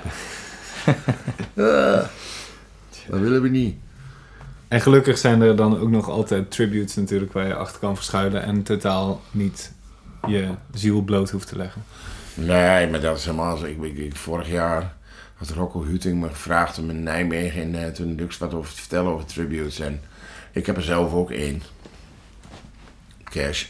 Dat willen we niet. En gelukkig zijn er dan ook nog altijd tributes natuurlijk waar je achter kan verschuilen en totaal niet je ziel bloot hoeft te leggen. Nee, maar dat is helemaal zo. Vorig jaar had Rocco Huting me gevraagd om in Nijmegen toen Lux wat over te vertellen over tributes. En ik heb er zelf ook één. Cash.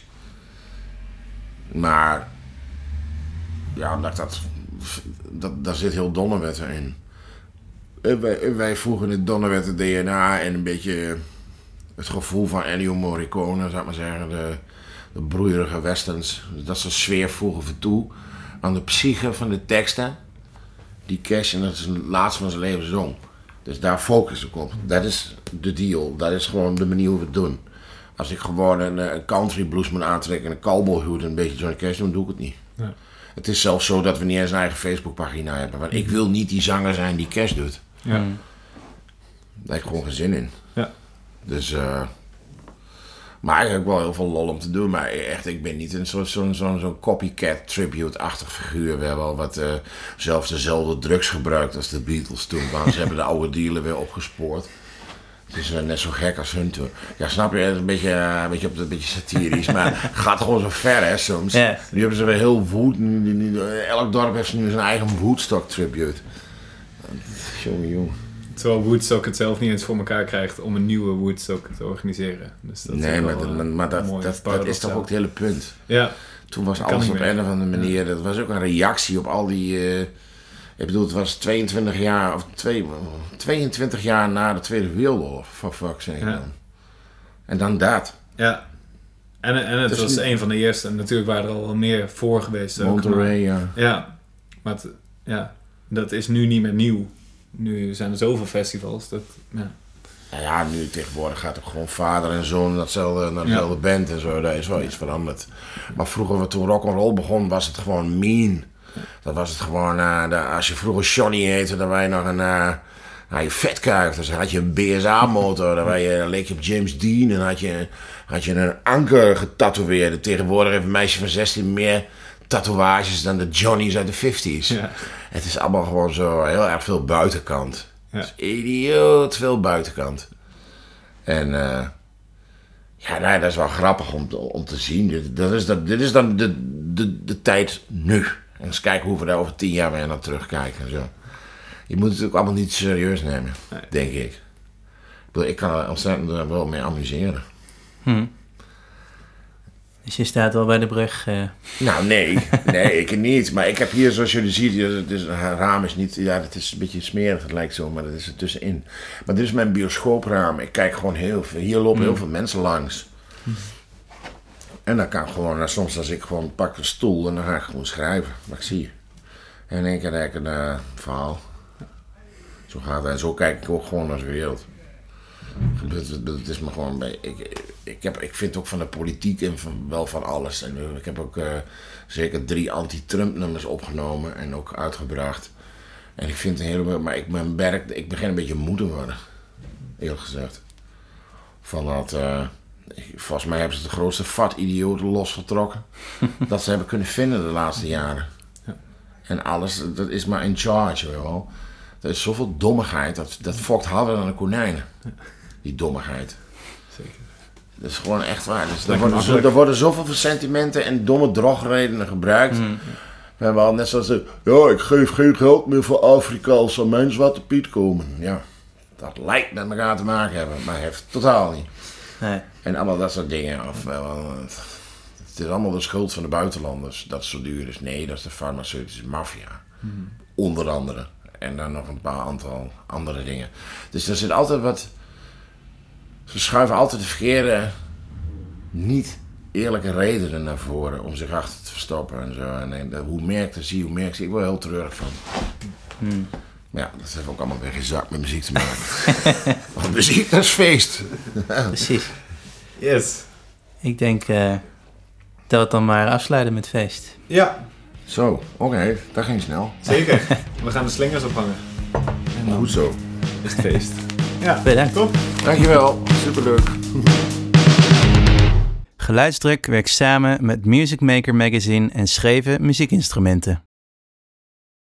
Maar ja, omdat daar zit heel Donnerwetter in. Wij voegen het Donnerwetter DNA en een beetje het gevoel van Ennio Morricone, zou ik maar zeggen. De broeierige westerns. Dat soort sfeer voegen we toe aan de psyche van de teksten die Cash, en dat is het laatste van zijn leven, zong. Dus daar focus ik op. Dat is de deal. Dat is gewoon de manier hoe we het doen. Als ik gewoon een country blues moet aantrekken en een cowboyhoed en een beetje Johnny Cash, dan doe ik het niet. Ja. Het is zelfs zo dat we niet eens een eigen Facebookpagina hebben. Want ik wil niet die zanger zijn die Cash doet. Ja. Daar heb ik gewoon geen zin in. Ja. Dus, maar ik heb wel heel veel lol om te doen. Maar echt, ik ben niet zo'n copycat tribute-achtig figuur. We hebben al wat zelfs dezelfde drugs gebruikt als de Beatles toen. Want ze hebben de oude dealer weer opgespoord. Het is net zo gek als hun toen. Ja, snap je? Het is een beetje satirisch. Maar het gaat gewoon zo ver, hè, soms. Yeah. Nu hebben ze weer heel elk dorp heeft nu zijn eigen Woodstock-tribute. Jongen. Terwijl Woodstock het zelf niet eens voor elkaar krijgt om een nieuwe Woodstock te organiseren. Dus dat nee, is maar dat is toch ook het hele punt. Ja. Toen was alles op een of andere manier... Dat was ook een reactie op al die... ik bedoel, het was 22 jaar na de Tweede Wereldoorlog. For fuck's sake. Ja. En dan dat. Ja. En het was een van de eerste. En natuurlijk waren er al wel meer voor geweest. Monterey, ja. Ja. Maar dat is nu niet meer nieuw. Nu zijn er zoveel festivals. Ja, nu tegenwoordig gaat ook gewoon vader en zoon naar dezelfde band en zo. Daar is wel iets veranderd. Maar vroeger, toen rock'n'roll begon, was het gewoon mean. Dat was het gewoon, als je vroeger Johnny heette, dan was je nog je vetkuif. Dus had je een BSA-motor, dan leek je op James Dean en had je een anker getatoeëerd. Tegenwoordig heeft een meisje van 16 meer tatoeages dan de Johnny's uit de 50's. Ja. Het is allemaal gewoon zo heel erg veel buitenkant. Ja. Het is idioot veel buitenkant. En dat is wel grappig om te zien. Dit is dan de tijd nu. En eens kijken hoe we daar over 10 jaar weer naar terugkijken. En zo. Je moet het natuurlijk allemaal niet serieus nemen, denk ik. Ik kan er ontzettend wel mee amuseren. Dus je staat wel bij de brug. Nou, nee, ik niet. Maar ik heb hier, zoals jullie zien, het raam is niet... Ja, het is een beetje smerig, het lijkt zo, maar dat is er tussenin. Maar dit is mijn bioscoopraam. Ik kijk gewoon heel veel. Hier lopen heel veel mensen langs. En dan kan ik gewoon, soms als ik gewoon pak een stoel en dan ga ik gewoon schrijven wat ik zie. En in één keer denk ik een verhaal. Zo gaat het. En zo kijk ik ook gewoon naar de wereld. Het is me gewoon bij. Ik vind ook van de politiek en wel van alles. En ik heb ook zeker 3 anti-Trump nummers opgenomen en ook uitgebracht. En ik vind het helemaal. Maar ik begin een beetje moe te worden. Eerlijk gezegd. Van dat. Volgens mij hebben ze de grootste vat-idioten losgetrokken. Dat ze hebben kunnen vinden de laatste jaren. Ja. En alles, dat is maar in charge, weet je wel. Er is zoveel dommigheid, dat fokt harder dan de konijnen. Die dommigheid. Zeker. Dat is gewoon echt waar. Dus er worden zoveel sentimenten en domme drogredenen gebruikt. We hebben al net zoals ik geef geen geld meer voor Afrika als er mijn Zwarte Piet komen. Ja, dat lijkt met elkaar te maken hebben, maar heeft totaal niet. Nee. En allemaal dat soort dingen. Het is allemaal de schuld van de buitenlanders dat het zo duur is. Nee, dat is de farmaceutische maffia. Onder andere. En dan nog een aantal andere dingen. Dus er zit altijd wat... Ze schuiven altijd de verkeerde, niet eerlijke redenen naar voren om zich achter te verstoppen en zo. En hoe meer ik er zie, hoe meer ik zie. Ik word er heel treurig van. Maar ja, dat heeft ook allemaal weer geen zak met muziek te maken. Want muziek, dat is feest. Precies. Yes. Ik denk we het dan maar afsluiten met feest. Ja, Zo, oké, dat ging snel. zeker. We gaan de slingers ophangen. En dan Goed zo. is het feest. Ja, Bedankt. top. Dankjewel, superleuk. Geluidsdruk werkt samen met Music Maker Magazine en Schreven Muziekinstrumenten.